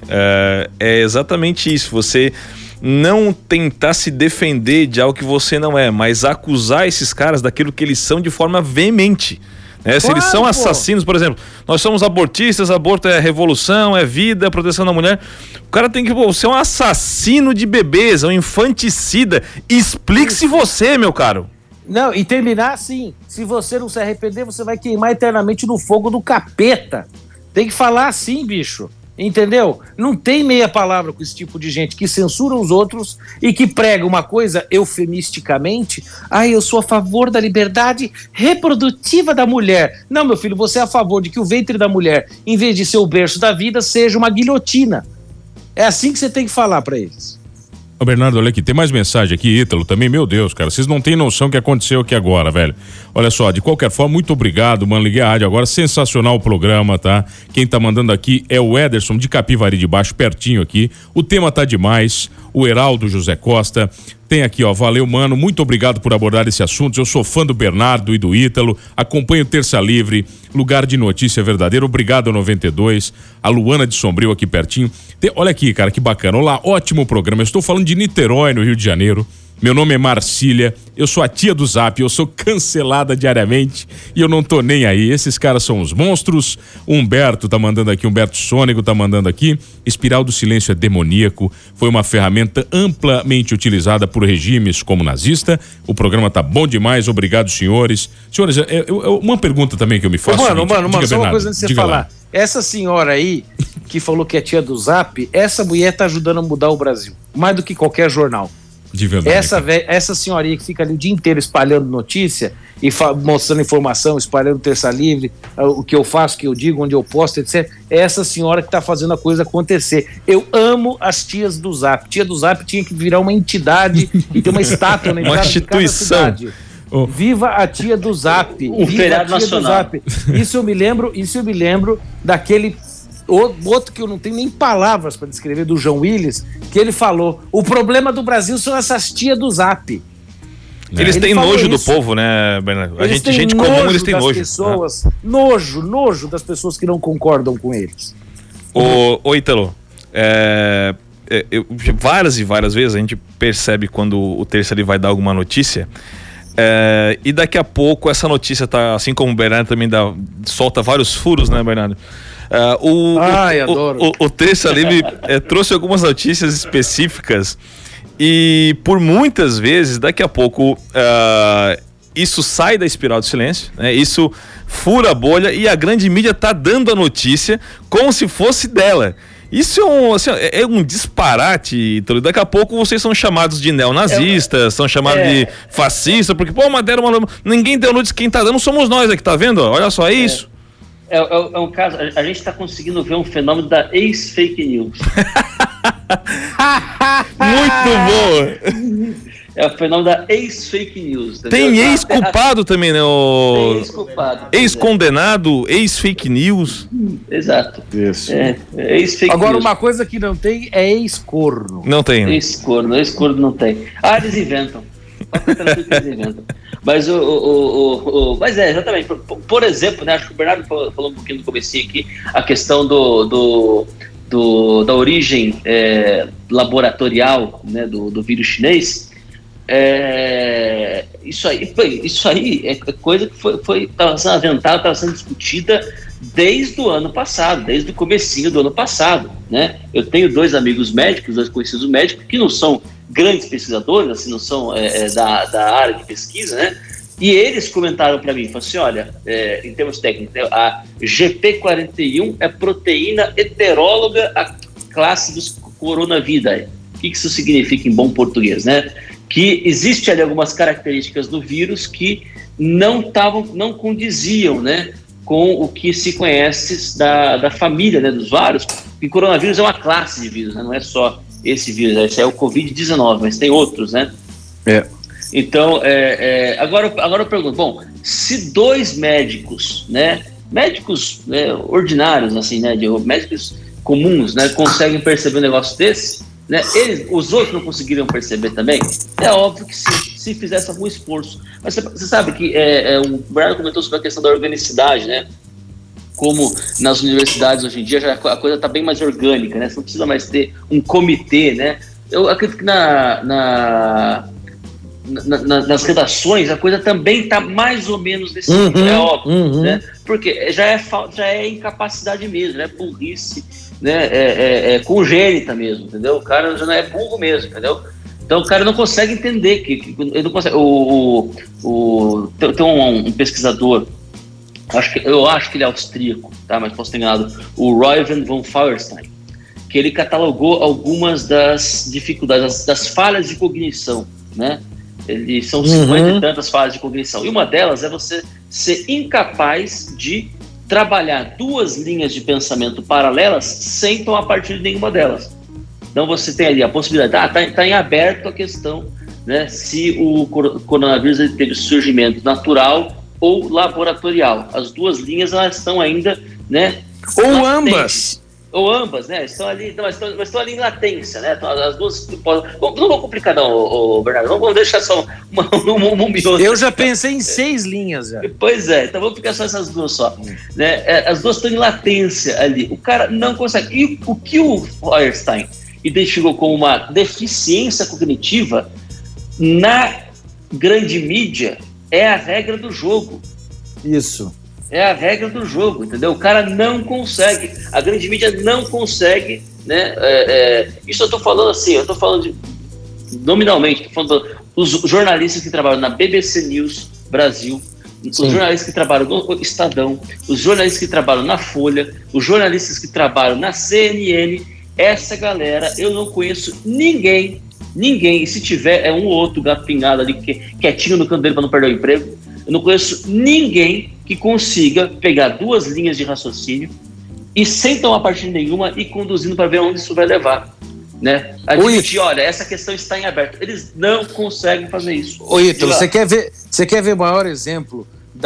é exatamente isso, você não tentar se defender de algo que você não é, mas acusar esses caras daquilo que eles são de forma veemente. Se eles são assassinos, por exemplo, nós somos abortistas, aborto é revolução, é vida, é proteção da mulher. O cara tem que ser um assassino de bebês, um infanticida. Explique-se você, meu caro. Não, e terminar assim, se você não se arrepender, você vai queimar eternamente no fogo do capeta. Tem que falar assim, bicho. Entendeu? Não tem meia palavra com esse tipo de gente que censura os outros e que prega uma coisa eufemisticamente. Eu sou a favor da liberdade reprodutiva da mulher. Não, meu filho, você é a favor de que o ventre da mulher, em vez de ser o berço da vida, seja uma guilhotina. É assim que você tem que falar para eles. Ô Bernardo, olha aqui, tem mais mensagem aqui, Ítalo, também, meu Deus, cara, vocês não têm noção do que aconteceu aqui agora, velho. Olha só, de qualquer forma, muito obrigado, mano, liguei a rádio agora, sensacional o programa, tá? Quem tá mandando aqui é o Ederson de Capivari de Baixo, pertinho aqui, o tema tá demais, o Heraldo José Costa, tem aqui, ó, valeu, mano, muito obrigado por abordar esse assunto, eu sou fã do Bernardo e do Ítalo, acompanho Terça Livre, lugar de notícia verdadeira, obrigado 92, a Luana de Sombrio aqui pertinho, olha aqui, cara, que bacana, olá, ótimo programa, eu estou falando de Niterói, no Rio de Janeiro, meu nome é Marcília, eu sou a tia do Zap, eu sou cancelada diariamente e eu não tô nem aí, esses caras são os monstros. O Humberto tá mandando aqui, Humberto Sônego tá mandando aqui, Espiral do Silêncio é demoníaco, foi uma ferramenta amplamente utilizada por regimes como nazista, o programa tá bom demais, obrigado senhores. Senhores, uma pergunta também que eu me faço. Mano, só uma coisa antes de você falar, lá. Essa senhora aí, que falou que é tia do Zap, essa mulher tá ajudando a mudar o Brasil, mais do que qualquer jornal. De verdade. Essa senhorinha que fica ali o dia inteiro espalhando notícia e mostrando informação, espalhando Terça Livre, o que eu faço, o que eu digo, onde eu posto, etc. É essa senhora que está fazendo a coisa acontecer. Eu amo as tias do Zap. Tia do Zap tinha que virar uma entidade e ter uma estátua na entrada de cada cidade. Oh. Viva a tia do Zap. Um feriado nacional. Isso eu me lembro daquele outro que eu não tenho nem palavras para descrever, do João Willis, que ele falou: o problema do Brasil são essas tias do Zap. Eles têm nojo do povo, né, Bernardo? A gente comum, eles têm nojo. Pessoas, nojo das pessoas que não concordam com eles. Ô Ítalo, várias e várias vezes a gente percebe quando o Terça ali vai dar alguma notícia, e daqui a pouco essa notícia tá, assim como o Bernardo também solta vários furos, né, Bernardo? O Terça Livre trouxe algumas notícias específicas e por muitas vezes, daqui a pouco, isso sai da espiral do silêncio, né? Isso fura a bolha e a grande mídia tá dando a notícia como se fosse dela. Isso é um disparate. Daqui a pouco vocês são chamados de neonazistas, são chamados de fascistas, porque, mas deram ninguém deu notícia, quem tá dando somos nós aqui, tá vendo? Olha só, é isso. É um caso, a gente está conseguindo ver um fenômeno da ex-fake news. Muito bom! É o fenômeno da ex-fake news. Entendeu? Tem ex-culpado também, né? Tem ex-culpado. Ex-condenado, ex-fake news. Exato. Isso. Ex-fake Agora, news. Uma coisa que não tem é ex-corno. Não tem. Né? Ex-corno não tem. Eles inventam. Mas mas exatamente. Por exemplo, né, acho que o Bernardo falou um pouquinho no comecinho aqui, a questão da origem laboratorial, né, do vírus chinês. Isso aí é coisa que estava sendo aventada, estava sendo discutida desde o ano passado, desde o comecinho do ano passado, né? Eu tenho dois amigos médicos, dois conhecidos médicos, que não são grandes pesquisadores, assim, não são da área de pesquisa, né? E eles comentaram para mim, falaram assim, olha, em termos técnicos, a GP41 é proteína heteróloga à classe dos coronavírus. O que isso significa em bom português, né? Que existe ali algumas características do vírus que não condiziam, né, com o que se conhece da família, né, dos vários. E coronavírus é uma classe de vírus, né? Não é só esse vírus, esse é o Covid-19, mas tem outros, né? Então, agora eu pergunto, bom, se dois médicos, né, ordinários, assim, né, médicos comuns, né, conseguem perceber um negócio desse, né, os outros não conseguiriam perceber também? É óbvio que sim, se fizesse algum esforço. Mas você sabe que o Bernardo comentou sobre a questão da organicidade, né? Como nas universidades hoje em dia já a coisa está bem mais orgânica, né? Você não precisa mais ter um comitê, né? Eu acredito que nas redações a coisa também está mais ou menos desse tipo, é óbvio, né? Porque já é incapacidade mesmo, é burrice, né? É congênita mesmo, entendeu? O cara já não é burro mesmo, entendeu? Então o cara não consegue entender que ele não consegue. Tem um pesquisador, eu acho que ele é austríaco, tá? Mas posso ter enganado, o Reuven von Feuerstein, que ele catalogou algumas das dificuldades, das falhas de cognição, né? São 50 e tantas falhas de cognição. E uma delas é você ser incapaz de trabalhar duas linhas de pensamento paralelas sem tomar partido de nenhuma delas. Então você tem ali a possibilidade, tá em aberto a questão, né, se o coronavírus ele teve surgimento natural ou laboratorial. As duas linhas elas estão ainda, né? Ou ambas. Ou ambas, né? Estão ali, mas estão ali em latência, né? Então, as duas não vou complicar não, Bernardo. Vamos deixar só um miolo. Eu já pensei em 6 linhas já. Pois é, então vamos ficar só essas duas só. Né? As duas estão em latência ali. O cara não consegue. E o que o Feuerstein identificou como uma deficiência cognitiva na grande mídia é a regra do jogo. Isso. É a regra do jogo, entendeu? O cara não consegue, a grande mídia não consegue, né? Isso eu tô falando assim, eu tô falando nominalmente, tô falando dos jornalistas que trabalham na BBC News Brasil, os jornalistas que trabalham no Estadão, os jornalistas que trabalham na Folha, os jornalistas que trabalham na CNN, essa galera, eu não conheço ninguém, e se tiver, é um ou outro gato pingado ali, quietinho no canto dele para não perder o emprego. Eu não conheço ninguém que consiga pegar 2 linhas de raciocínio e sem tomar partido nenhuma e conduzindo para ver onde isso vai levar, né? Admitir, olha, essa questão está em aberto. Eles não conseguem fazer isso. Ô Ítalo, você quer ver o maior exemplo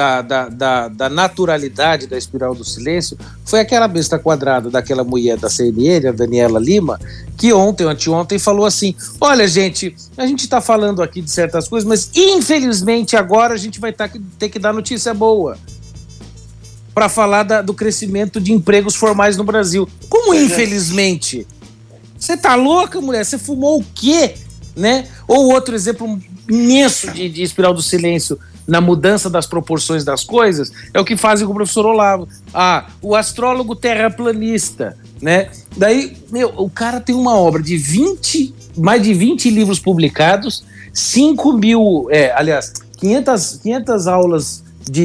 da naturalidade da espiral do silêncio? Foi aquela besta quadrada daquela mulher da CNN, a Daniela Lima, que anteontem falou assim: olha, gente, a gente está falando aqui de certas coisas, mas infelizmente agora a gente vai ter que dar notícia boa para falar do crescimento de empregos formais no Brasil. Como infelizmente? Você tá louca, mulher? Você fumou o quê? Né? Ou outro exemplo imenso de espiral do silêncio na mudança das proporções das coisas, é o que fazem com o professor Olavo. O astrólogo terraplanista, né? Daí, o cara tem uma obra de mais de 20 livros publicados, 500 aulas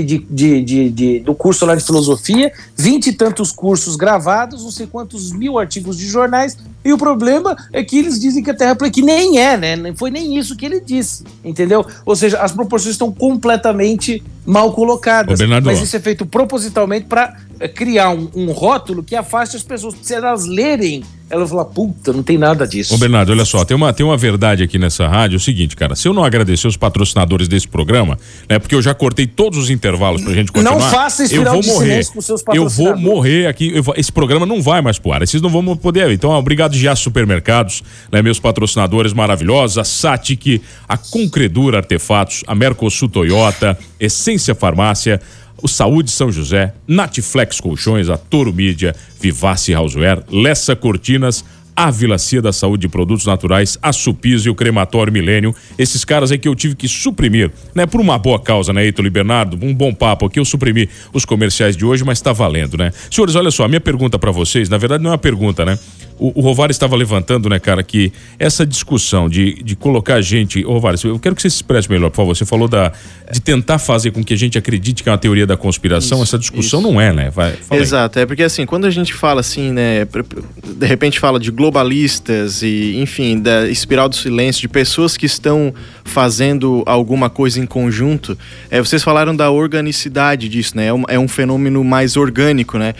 do curso lá de filosofia, 20 e tantos cursos gravados, não sei quantos mil artigos de jornais, e o problema é que eles dizem que a Terra é plana, que nem é, né? Não foi nem isso que ele disse, entendeu? Ou seja, as proporções estão completamente mal colocadas. Mas isso é feito propositalmente para criar um rótulo que afaste as pessoas. Se elas lerem, elas vão falar, puta, não tem nada disso. Ô Bernardo, olha só, tem uma verdade aqui nessa rádio, é o seguinte, cara, se eu não agradecer os patrocinadores desse programa, né, porque eu já cortei todos os intervalos pra gente continuar. Não faça espiral de silêncio com seus patrocinadores. Eu vou morrer aqui, esse programa não vai mais pro ar, vocês não vão poder ver. Então, obrigado Giasse Supermercados, né, meus patrocinadores maravilhosos, a Satic, a Concredura Artefatos, a Mercosul Toyota, Essência Farmácia, o Saúde São José, Natiflex Colchões, a Toro Mídia, Vivace Houseware, Lessa Cortinas, Ávila Cia da Saúde e Produtos Naturais, a Supis e o Crematório Milênio. Esses caras aí que eu tive que suprimir, né? Por uma boa causa, né, Ítalo e Bernardo? Um bom papo aqui, eu suprimi os comerciais de hoje, mas tá valendo, né? Senhores, olha só, a minha pergunta pra vocês, na verdade não é uma pergunta, né? O Rovari estava levantando, né, cara, que essa discussão de colocar gente... Rovari, eu quero que você se expresse melhor, por favor. Você falou de tentar fazer com que a gente acredite que é uma teoria da conspiração. Essa discussão não é, né? Exato, é porque assim, quando a gente fala assim, né, de repente fala de globalistas e, enfim, da espiral do silêncio, de pessoas que estão fazendo alguma coisa em conjunto, vocês falaram da organicidade disso, né? É um fenômeno mais orgânico, né?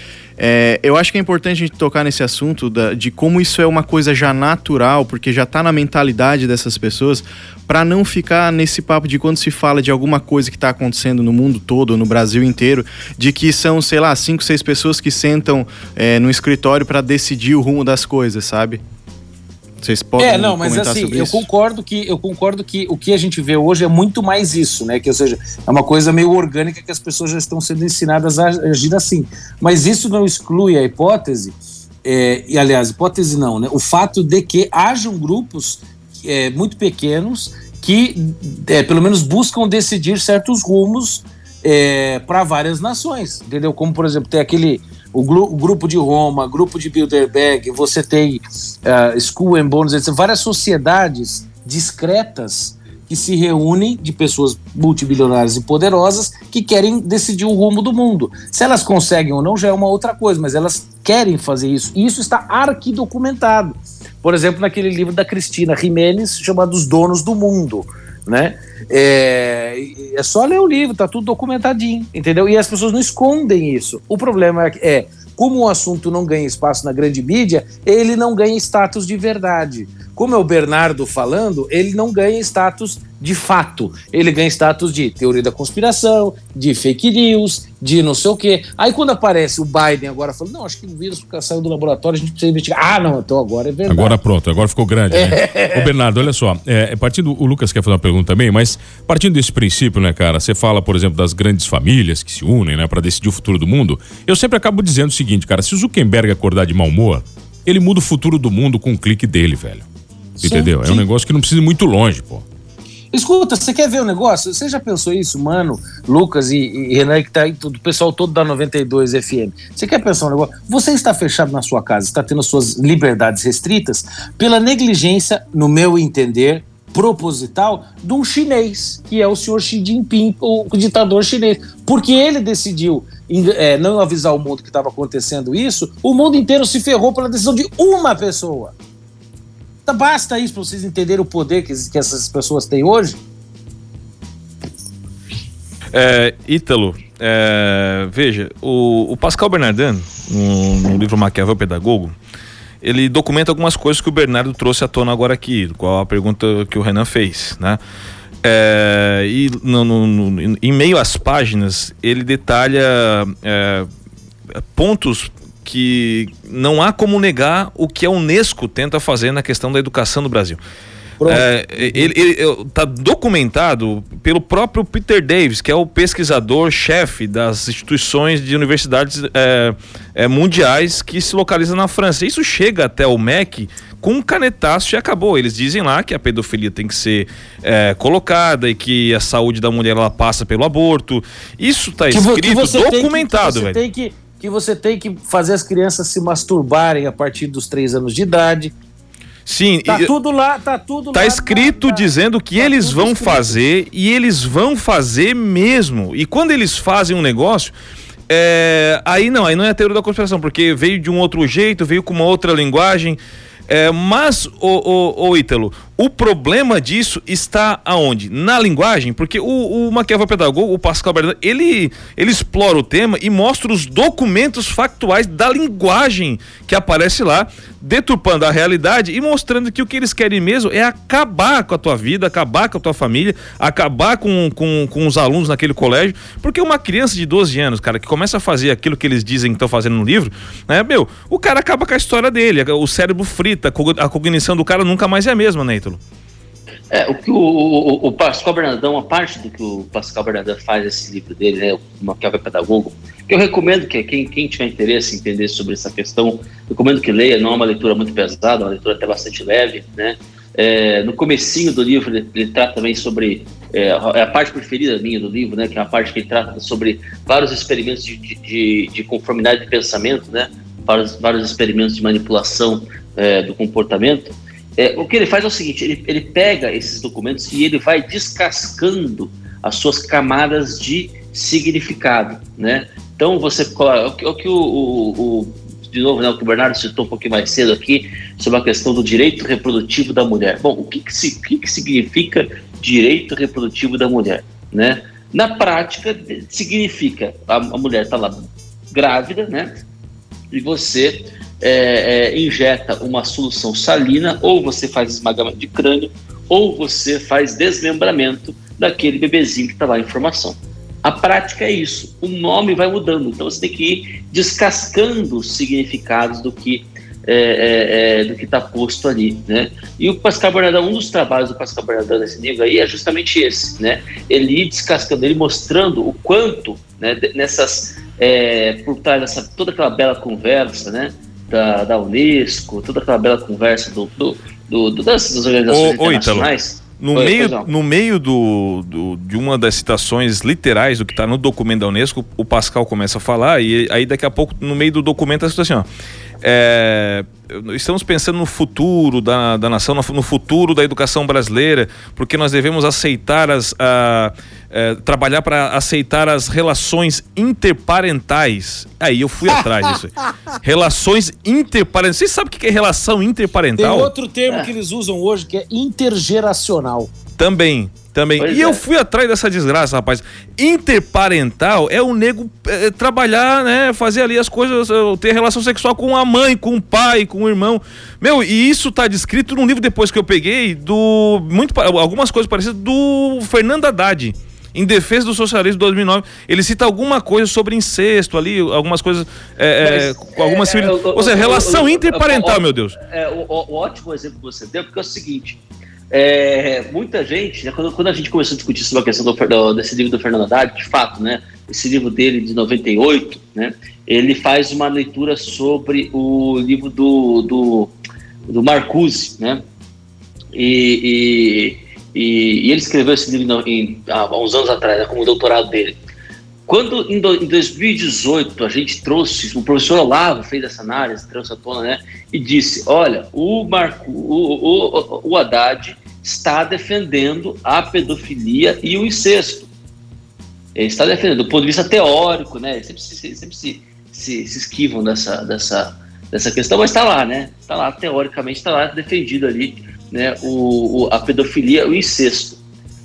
Eu acho que é importante a gente tocar nesse assunto de como isso é uma coisa já natural, porque já está na mentalidade dessas pessoas, para não ficar nesse papo de quando se fala de alguma coisa que está acontecendo no mundo todo, no Brasil inteiro, de que são, sei lá, 5, 6 pessoas que sentam no escritório para decidir o rumo das coisas, sabe? Vocês podem mas assim, eu concordo que o que a gente vê hoje é muito mais isso, né? Que, ou seja, é uma coisa meio orgânica que as pessoas já estão sendo ensinadas a agir assim. Mas isso não exclui a hipótese, e aliás, hipótese não, né? O fato de que hajam grupos muito pequenos que, pelo menos, buscam decidir certos rumos para várias nações, entendeu? Como, por exemplo, tem o grupo de Roma, grupo de Bilderberg, você tem Skull and Bones, etc. Várias sociedades discretas que se reúnem de pessoas multibilionárias e poderosas que querem decidir o rumo do mundo. Se elas conseguem ou não já é uma outra coisa, mas elas querem fazer isso. E isso está arquidocumentado. Por exemplo, naquele livro da Cristina Jimenez, chamado Os Donos do Mundo, né? É só ler o livro, tá tudo documentadinho, entendeu? E as pessoas não escondem isso. O problema é como o assunto não ganha espaço na grande mídia, ele não ganha status de verdade. Como é o Bernardo falando, ele não ganha status de fato. Ele ganha status de teoria da conspiração, de fake news, de não sei o quê. Aí quando aparece o Biden agora falando, não, acho que o vírus saiu do laboratório, a gente precisa investigar. Ah, não, então agora é verdade. Agora pronto, agora ficou grande, né? Ô Bernardo, olha só, partindo, o Lucas quer fazer uma pergunta também, mas partindo desse princípio, né, cara, você fala, por exemplo, das grandes famílias que se unem, né, pra decidir o futuro do mundo. Eu sempre acabo dizendo o seguinte, cara, se o Zuckerberg acordar de mau humor, ele muda o futuro do mundo com um clique dele, velho. Entendeu? Sim. É um negócio que não precisa ir muito longe, pô. Escuta, você quer ver um negócio? Você já pensou isso, mano, Lucas e Renan, que tá aí, o pessoal todo da 92 FM. Você quer pensar um negócio? Você está fechado na sua casa, está tendo suas liberdades restritas pela negligência, no meu entender, proposital, de um chinês, que é o senhor Xi Jinping, o ditador chinês. Porque ele decidiu não avisar o mundo que estava acontecendo isso, o mundo inteiro se ferrou pela decisão de uma pessoa. Basta isso para vocês entenderem o poder que essas pessoas têm hoje? Ítalo, veja, o Pascal Bernardin, no livro Maquiavel Pedagogo, ele documenta algumas coisas que o Bernardo trouxe à tona agora aqui, qual a pergunta que o Renan fez, né? E em meio às páginas, ele detalha pontos que não há como negar o que a Unesco tenta fazer na questão da educação no Brasil. Ele está documentado pelo próprio Peter Davis, que é o pesquisador-chefe das instituições de universidades mundiais que se localizam na França. Isso chega até o MEC com um canetaço e acabou. Eles dizem lá que a pedofilia tem que ser colocada e que a saúde da mulher ela passa pelo aborto. Isso está escrito, documentado, velho. Que você tem que fazer as crianças se masturbarem a partir dos 3 anos de idade. Sim. Tá tudo lá. Tá escrito dizendo que eles vão fazer e eles vão fazer mesmo. E quando eles fazem um negócio, aí não é a teoria da conspiração, porque veio de um outro jeito, veio com uma outra linguagem. Mas, o Ítalo, o problema disso está aonde? Na linguagem, porque o Maquiavel Pedagogo, o Pascal Bernardin, ele explora o tema e mostra os documentos factuais da linguagem que aparece lá, deturpando a realidade e mostrando que o que eles querem mesmo é acabar com a tua vida, acabar com a tua família, acabar com os alunos naquele colégio, porque uma criança de 12 anos, cara, que começa a fazer aquilo que eles dizem que estão fazendo no livro, né, o cara acaba com a história dele, o cérebro frita, a cognição do cara nunca mais é a mesma, né, Ítalo? O que o Pascal Bernardin, uma parte do que o Pascal Bernardin faz nesse livro dele, né, o Maquiavel Pedagogo, que eu recomendo que quem tiver interesse em entender sobre essa questão, recomendo que leia. Não é uma leitura muito pesada, é uma leitura até bastante leve, né? No comecinho do livro ele trata também sobre a parte preferida minha do livro, né, que é a parte que ele trata sobre vários experimentos de conformidade de pensamento, né, vários experimentos de manipulação do comportamento. O que ele faz é o seguinte: ele pega esses documentos e ele vai descascando as suas camadas de significado, né? Então você coloca o que de novo, né, o que o Bernardo citou um pouquinho mais cedo aqui sobre a questão do direito reprodutivo da mulher. Bom, o que significa direito reprodutivo da mulher, né? Na prática significa a mulher está lá grávida, né? E você injeta uma solução salina, ou você faz esmagamento de crânio, ou você faz desmembramento daquele bebezinho que está lá em formação. A prática é isso, o nome vai mudando, então você tem que ir descascando os significados do que está posto ali, né? E o Pascal Bernardin, um dos trabalhos do Pascal Bernardin nesse livro aí é justamente esse, né? Ele ir descascando, ele mostrando o quanto, né, por trás dessa toda aquela bela conversa, né, da Unesco, toda aquela bela conversa dessas organizações internacionais. No meio de uma das citações literais do que está no documento da Unesco, o Pascal começa a falar, e aí daqui a pouco, no meio do documento, está assim, ó. Estamos pensando no futuro da nação, no futuro da educação brasileira, porque nós devemos aceitar trabalhar para aceitar as relações interparentais. Aí eu fui atrás disso. Relações interparentais. Vocês sabem o que é relação interparental? Tem outro termo que eles usam hoje que é intergeracional. Também. Também. Pois eu fui atrás dessa desgraça, rapaz. Interparental é o nego trabalhar, né? Fazer ali as coisas, ter relação sexual com a mãe, com o pai, com o irmão. Meu, e isso tá descrito num livro depois que eu peguei algumas coisas parecidas do Fernando Haddad. Em Defesa do Socialismo, 2009, ele cita alguma coisa sobre incesto ali, algumas coisas, com alguma civilização. Ou seja, relação interparental, meu Deus. O ótimo exemplo que você deu, porque é o seguinte, muita gente, né, quando a gente começou a discutir sobre a questão desse livro do Fernando Haddad, de fato, né, esse livro dele de 98, né, ele faz uma leitura sobre o livro do Marcuse, né, e ele escreveu esse livro há uns anos atrás, né, como doutorado dele. Quando em 2018 a gente trouxe, o professor Olavo fez essa análise, trouxe à tona, né, e disse, olha, o Haddad está defendendo a pedofilia e o incesto. Ele está defendendo, do ponto de vista teórico, né, sempre se esquivam dessa questão, mas está lá, né, está lá, teoricamente está lá defendido ali, né, a pedofilia, o incesto.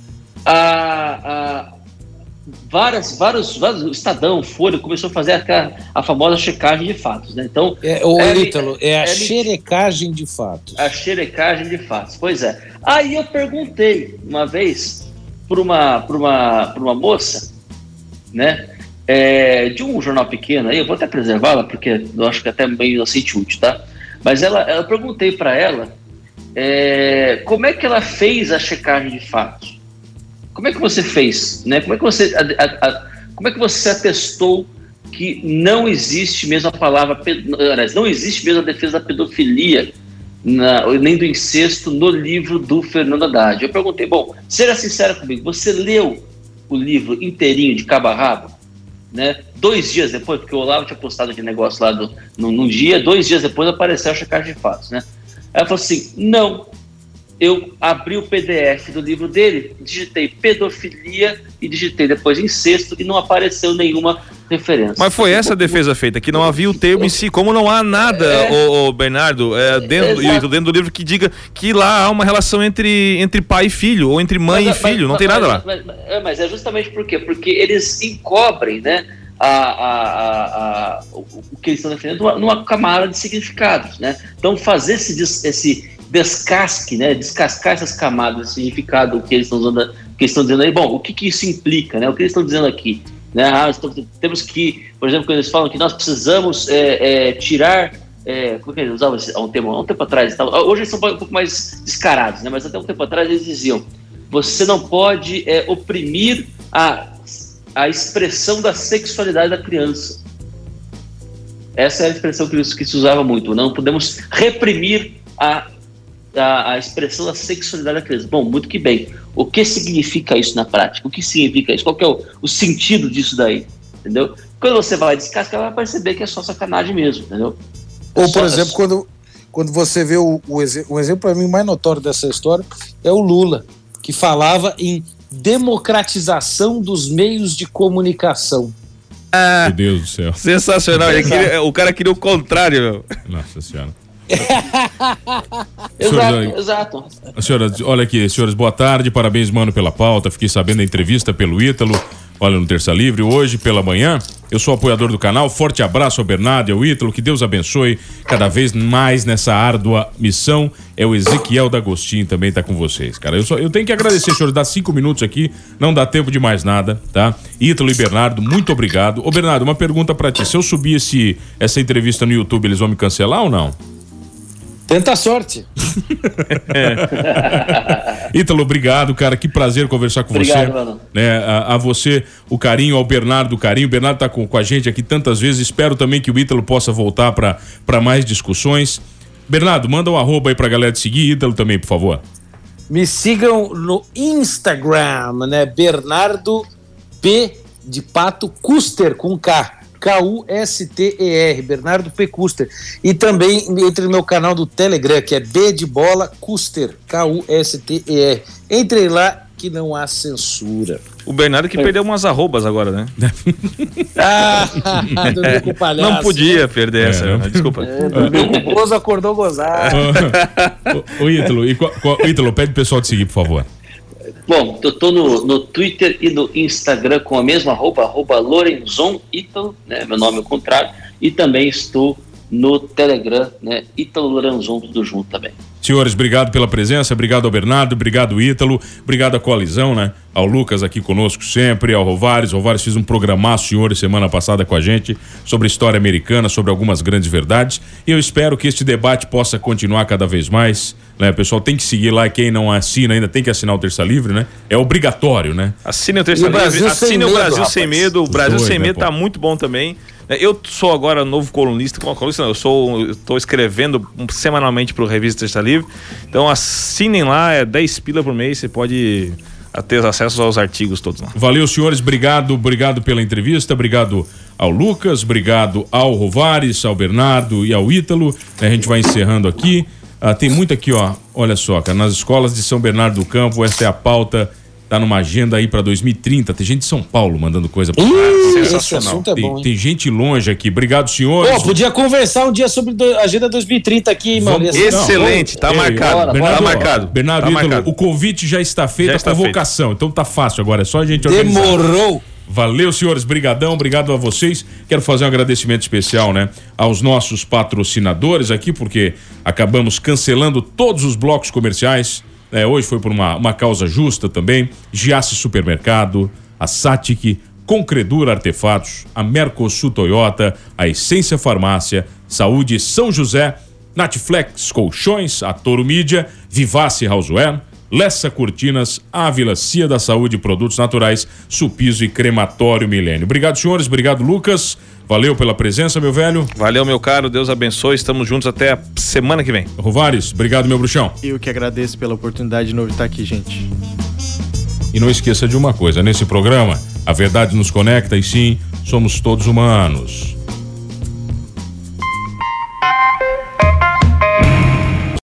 O Estadão, Folha, começou a fazer a famosa checagem de fatos, né? Então, Ítalo, a xerecagem de fatos. A xerecagem de fatos, pois é. Aí eu perguntei uma vez para uma moça, né, de um jornal pequeno, aí eu vou até preservá-la, porque eu acho que até meio inocente útil, tá? Mas eu perguntei para ela como é que ela fez a checagem de fatos? Como é que você fez? Né? Como é que você atestou que não existe mesmo a palavra, não existe mesmo a defesa da pedofilia, nem do incesto no livro do Fernando Haddad? Eu perguntei, bom, seja sincera comigo, você leu o livro inteirinho de cabo a rabo? Né? 2 dias depois, porque o Olavo tinha postado aquele negócio lá num dia, 2 dias depois apareceu a checagem de fatos, né? Ela falou assim, não, eu abri o PDF do livro dele, digitei pedofilia e digitei depois incesto e não apareceu nenhuma referência. Mas foi essa a defesa feita, que não havia o termo em si, como não há nada, Bernardo, dentro do livro que diga que lá há uma relação entre pai e filho, ou entre mãe e filho, não tem nada lá. Mas é justamente por quê? Porque eles encobrem, né, o que eles estão defendendo numa camada de significados, né? Então fazer esse descasque, né? Descascar essas camadas de significado que eles estão usando, que estão dizendo aí, bom, o que isso implica, né? O que eles estão dizendo aqui, né? Temos que, por exemplo, quando eles falam que nós precisamos tirar, como é que eles usavam há um tempo atrás, hoje eles são um pouco mais descarados, né? Mas até um tempo atrás eles diziam, você não pode oprimir a expressão da sexualidade da criança. Essa é a expressão que se usava muito. Não podemos reprimir a expressão da sexualidade da criança. Bom, muito que bem. O que significa isso na prática? O que significa isso? Qual que é o sentido disso daí? Entendeu? Quando você vai descascar, vai perceber que é só sacanagem mesmo, entendeu? Ou, por exemplo, quando você vê o exemplo para mim mais notório dessa história é o Lula, que falava em democratização dos meios de comunicação. Meu Deus do céu. Sensacional. O cara queria o contrário, meu. Nossa senhora. Exato. Senhoras, olha aqui, senhores, boa tarde, parabéns, mano, pela pauta. Fiquei sabendo da entrevista pelo Ítalo, olha, no Terça Livre, hoje pela manhã. Eu sou apoiador do canal, forte abraço ao Bernardo e ao Ítalo, que Deus abençoe cada vez mais nessa árdua missão. É o Ezequiel D'Agostinho, também tá com vocês, cara. Eu tenho que agradecer, senhores, dá 5 minutos aqui, não dá tempo de mais nada, tá? Ítalo e Bernardo, muito obrigado. Ô Bernardo, uma pergunta pra ti, se eu subir essa entrevista no YouTube, eles vão me cancelar ou não? Tenta a sorte. Ítalo, obrigado, cara. Que prazer conversar com você. Mano. Né, a você, o carinho, ao Bernardo, o carinho. O Bernardo tá com a gente aqui tantas vezes. Espero também que o Ítalo possa voltar para mais discussões. Bernardo, manda um @ aí pra galera te seguir. Ítalo também, por favor. Me sigam no Instagram, né? Bernardo P de Pato Custer com K. Kuster, Bernardo P. Custer. E também entre no meu canal do Telegram, que é B de Bola Custer, Kuster. Entrem lá que não há censura. O Bernardo que perdeu umas arrobas agora, né? Dormiu com o palhaço. Não podia perder essa, né? Desculpa. Dormiu com o gozo, acordou gozado. Ítalo, pede o pessoal te seguir, por favor. Bom, eu tô no Twitter e no Instagram com a mesma @, Lorenzon Ítalo, né? Meu nome é o contrário. E também estou no Telegram, né? Ítalo Lorenzon, tudo junto também. Senhores, obrigado pela presença, obrigado ao Bernardo, obrigado ao Ítalo, obrigado à coalizão, né? Ao Lucas aqui conosco sempre, ao Rovares. Rovares fez um programaço, senhores, semana passada com a gente sobre história americana, sobre algumas grandes verdades. E eu espero que este debate possa continuar cada vez mais, né? O pessoal tem que seguir lá, quem não assina ainda tem que assinar o Terça Livre, né? É obrigatório, né? Assine o Terça Livre, assine o Brasil Sem Medo. O Brasil Sem Medo tá muito bom também. Eu sou agora novo colunista, eu estou escrevendo semanalmente para o Revista Terça Livre, então assinem lá, é 10 pila por mês, você pode ter acesso aos artigos todos lá. Valeu, senhores, obrigado pela entrevista, obrigado ao Lucas, obrigado ao Rovares, ao Bernardo e ao Ítalo. A gente vai encerrando aqui, tem muito aqui, ó, olha só, cara, nas escolas de São Bernardo do Campo, essa é a pauta. Tá numa agenda aí pra 2030. Tem gente de São Paulo mandando coisa pra cá. Sensacional. É bom, tem gente longe aqui. Obrigado, senhores. Podia conversar um dia sobre a agenda 2030 aqui, mano. Excelente, tá marcado. Bernardo, tá marcado. Bernardo, tá Ítalo, marcado. O convite já está feito, a convocação. Então tá fácil agora, é só a gente organizar. Demorou. Valeu, senhores, brigadão, obrigado a vocês. Quero fazer um agradecimento especial, né, aos nossos patrocinadores aqui, porque acabamos cancelando todos os blocos comerciais. Hoje foi por uma causa justa também. Giasse Supermercado, a Satic, Concredura Artefatos, a Mercosul Toyota, a Essência Farmácia, Saúde São José, Natflex Colchões, a Toro Mídia, Vivace Houseware, Lessa Cortinas, Ávila Cia da Saúde, Produtos Naturais, Supiso e Crematório Milênio. Obrigado, senhores, obrigado, Lucas. Valeu pela presença, meu velho. Valeu, meu caro, Deus abençoe, estamos juntos até a semana que vem. Rovares, obrigado, meu bruxão. Eu que agradeço pela oportunidade de novo estar aqui, gente. E não esqueça de uma coisa, nesse programa, a verdade nos conecta e sim, somos todos humanos.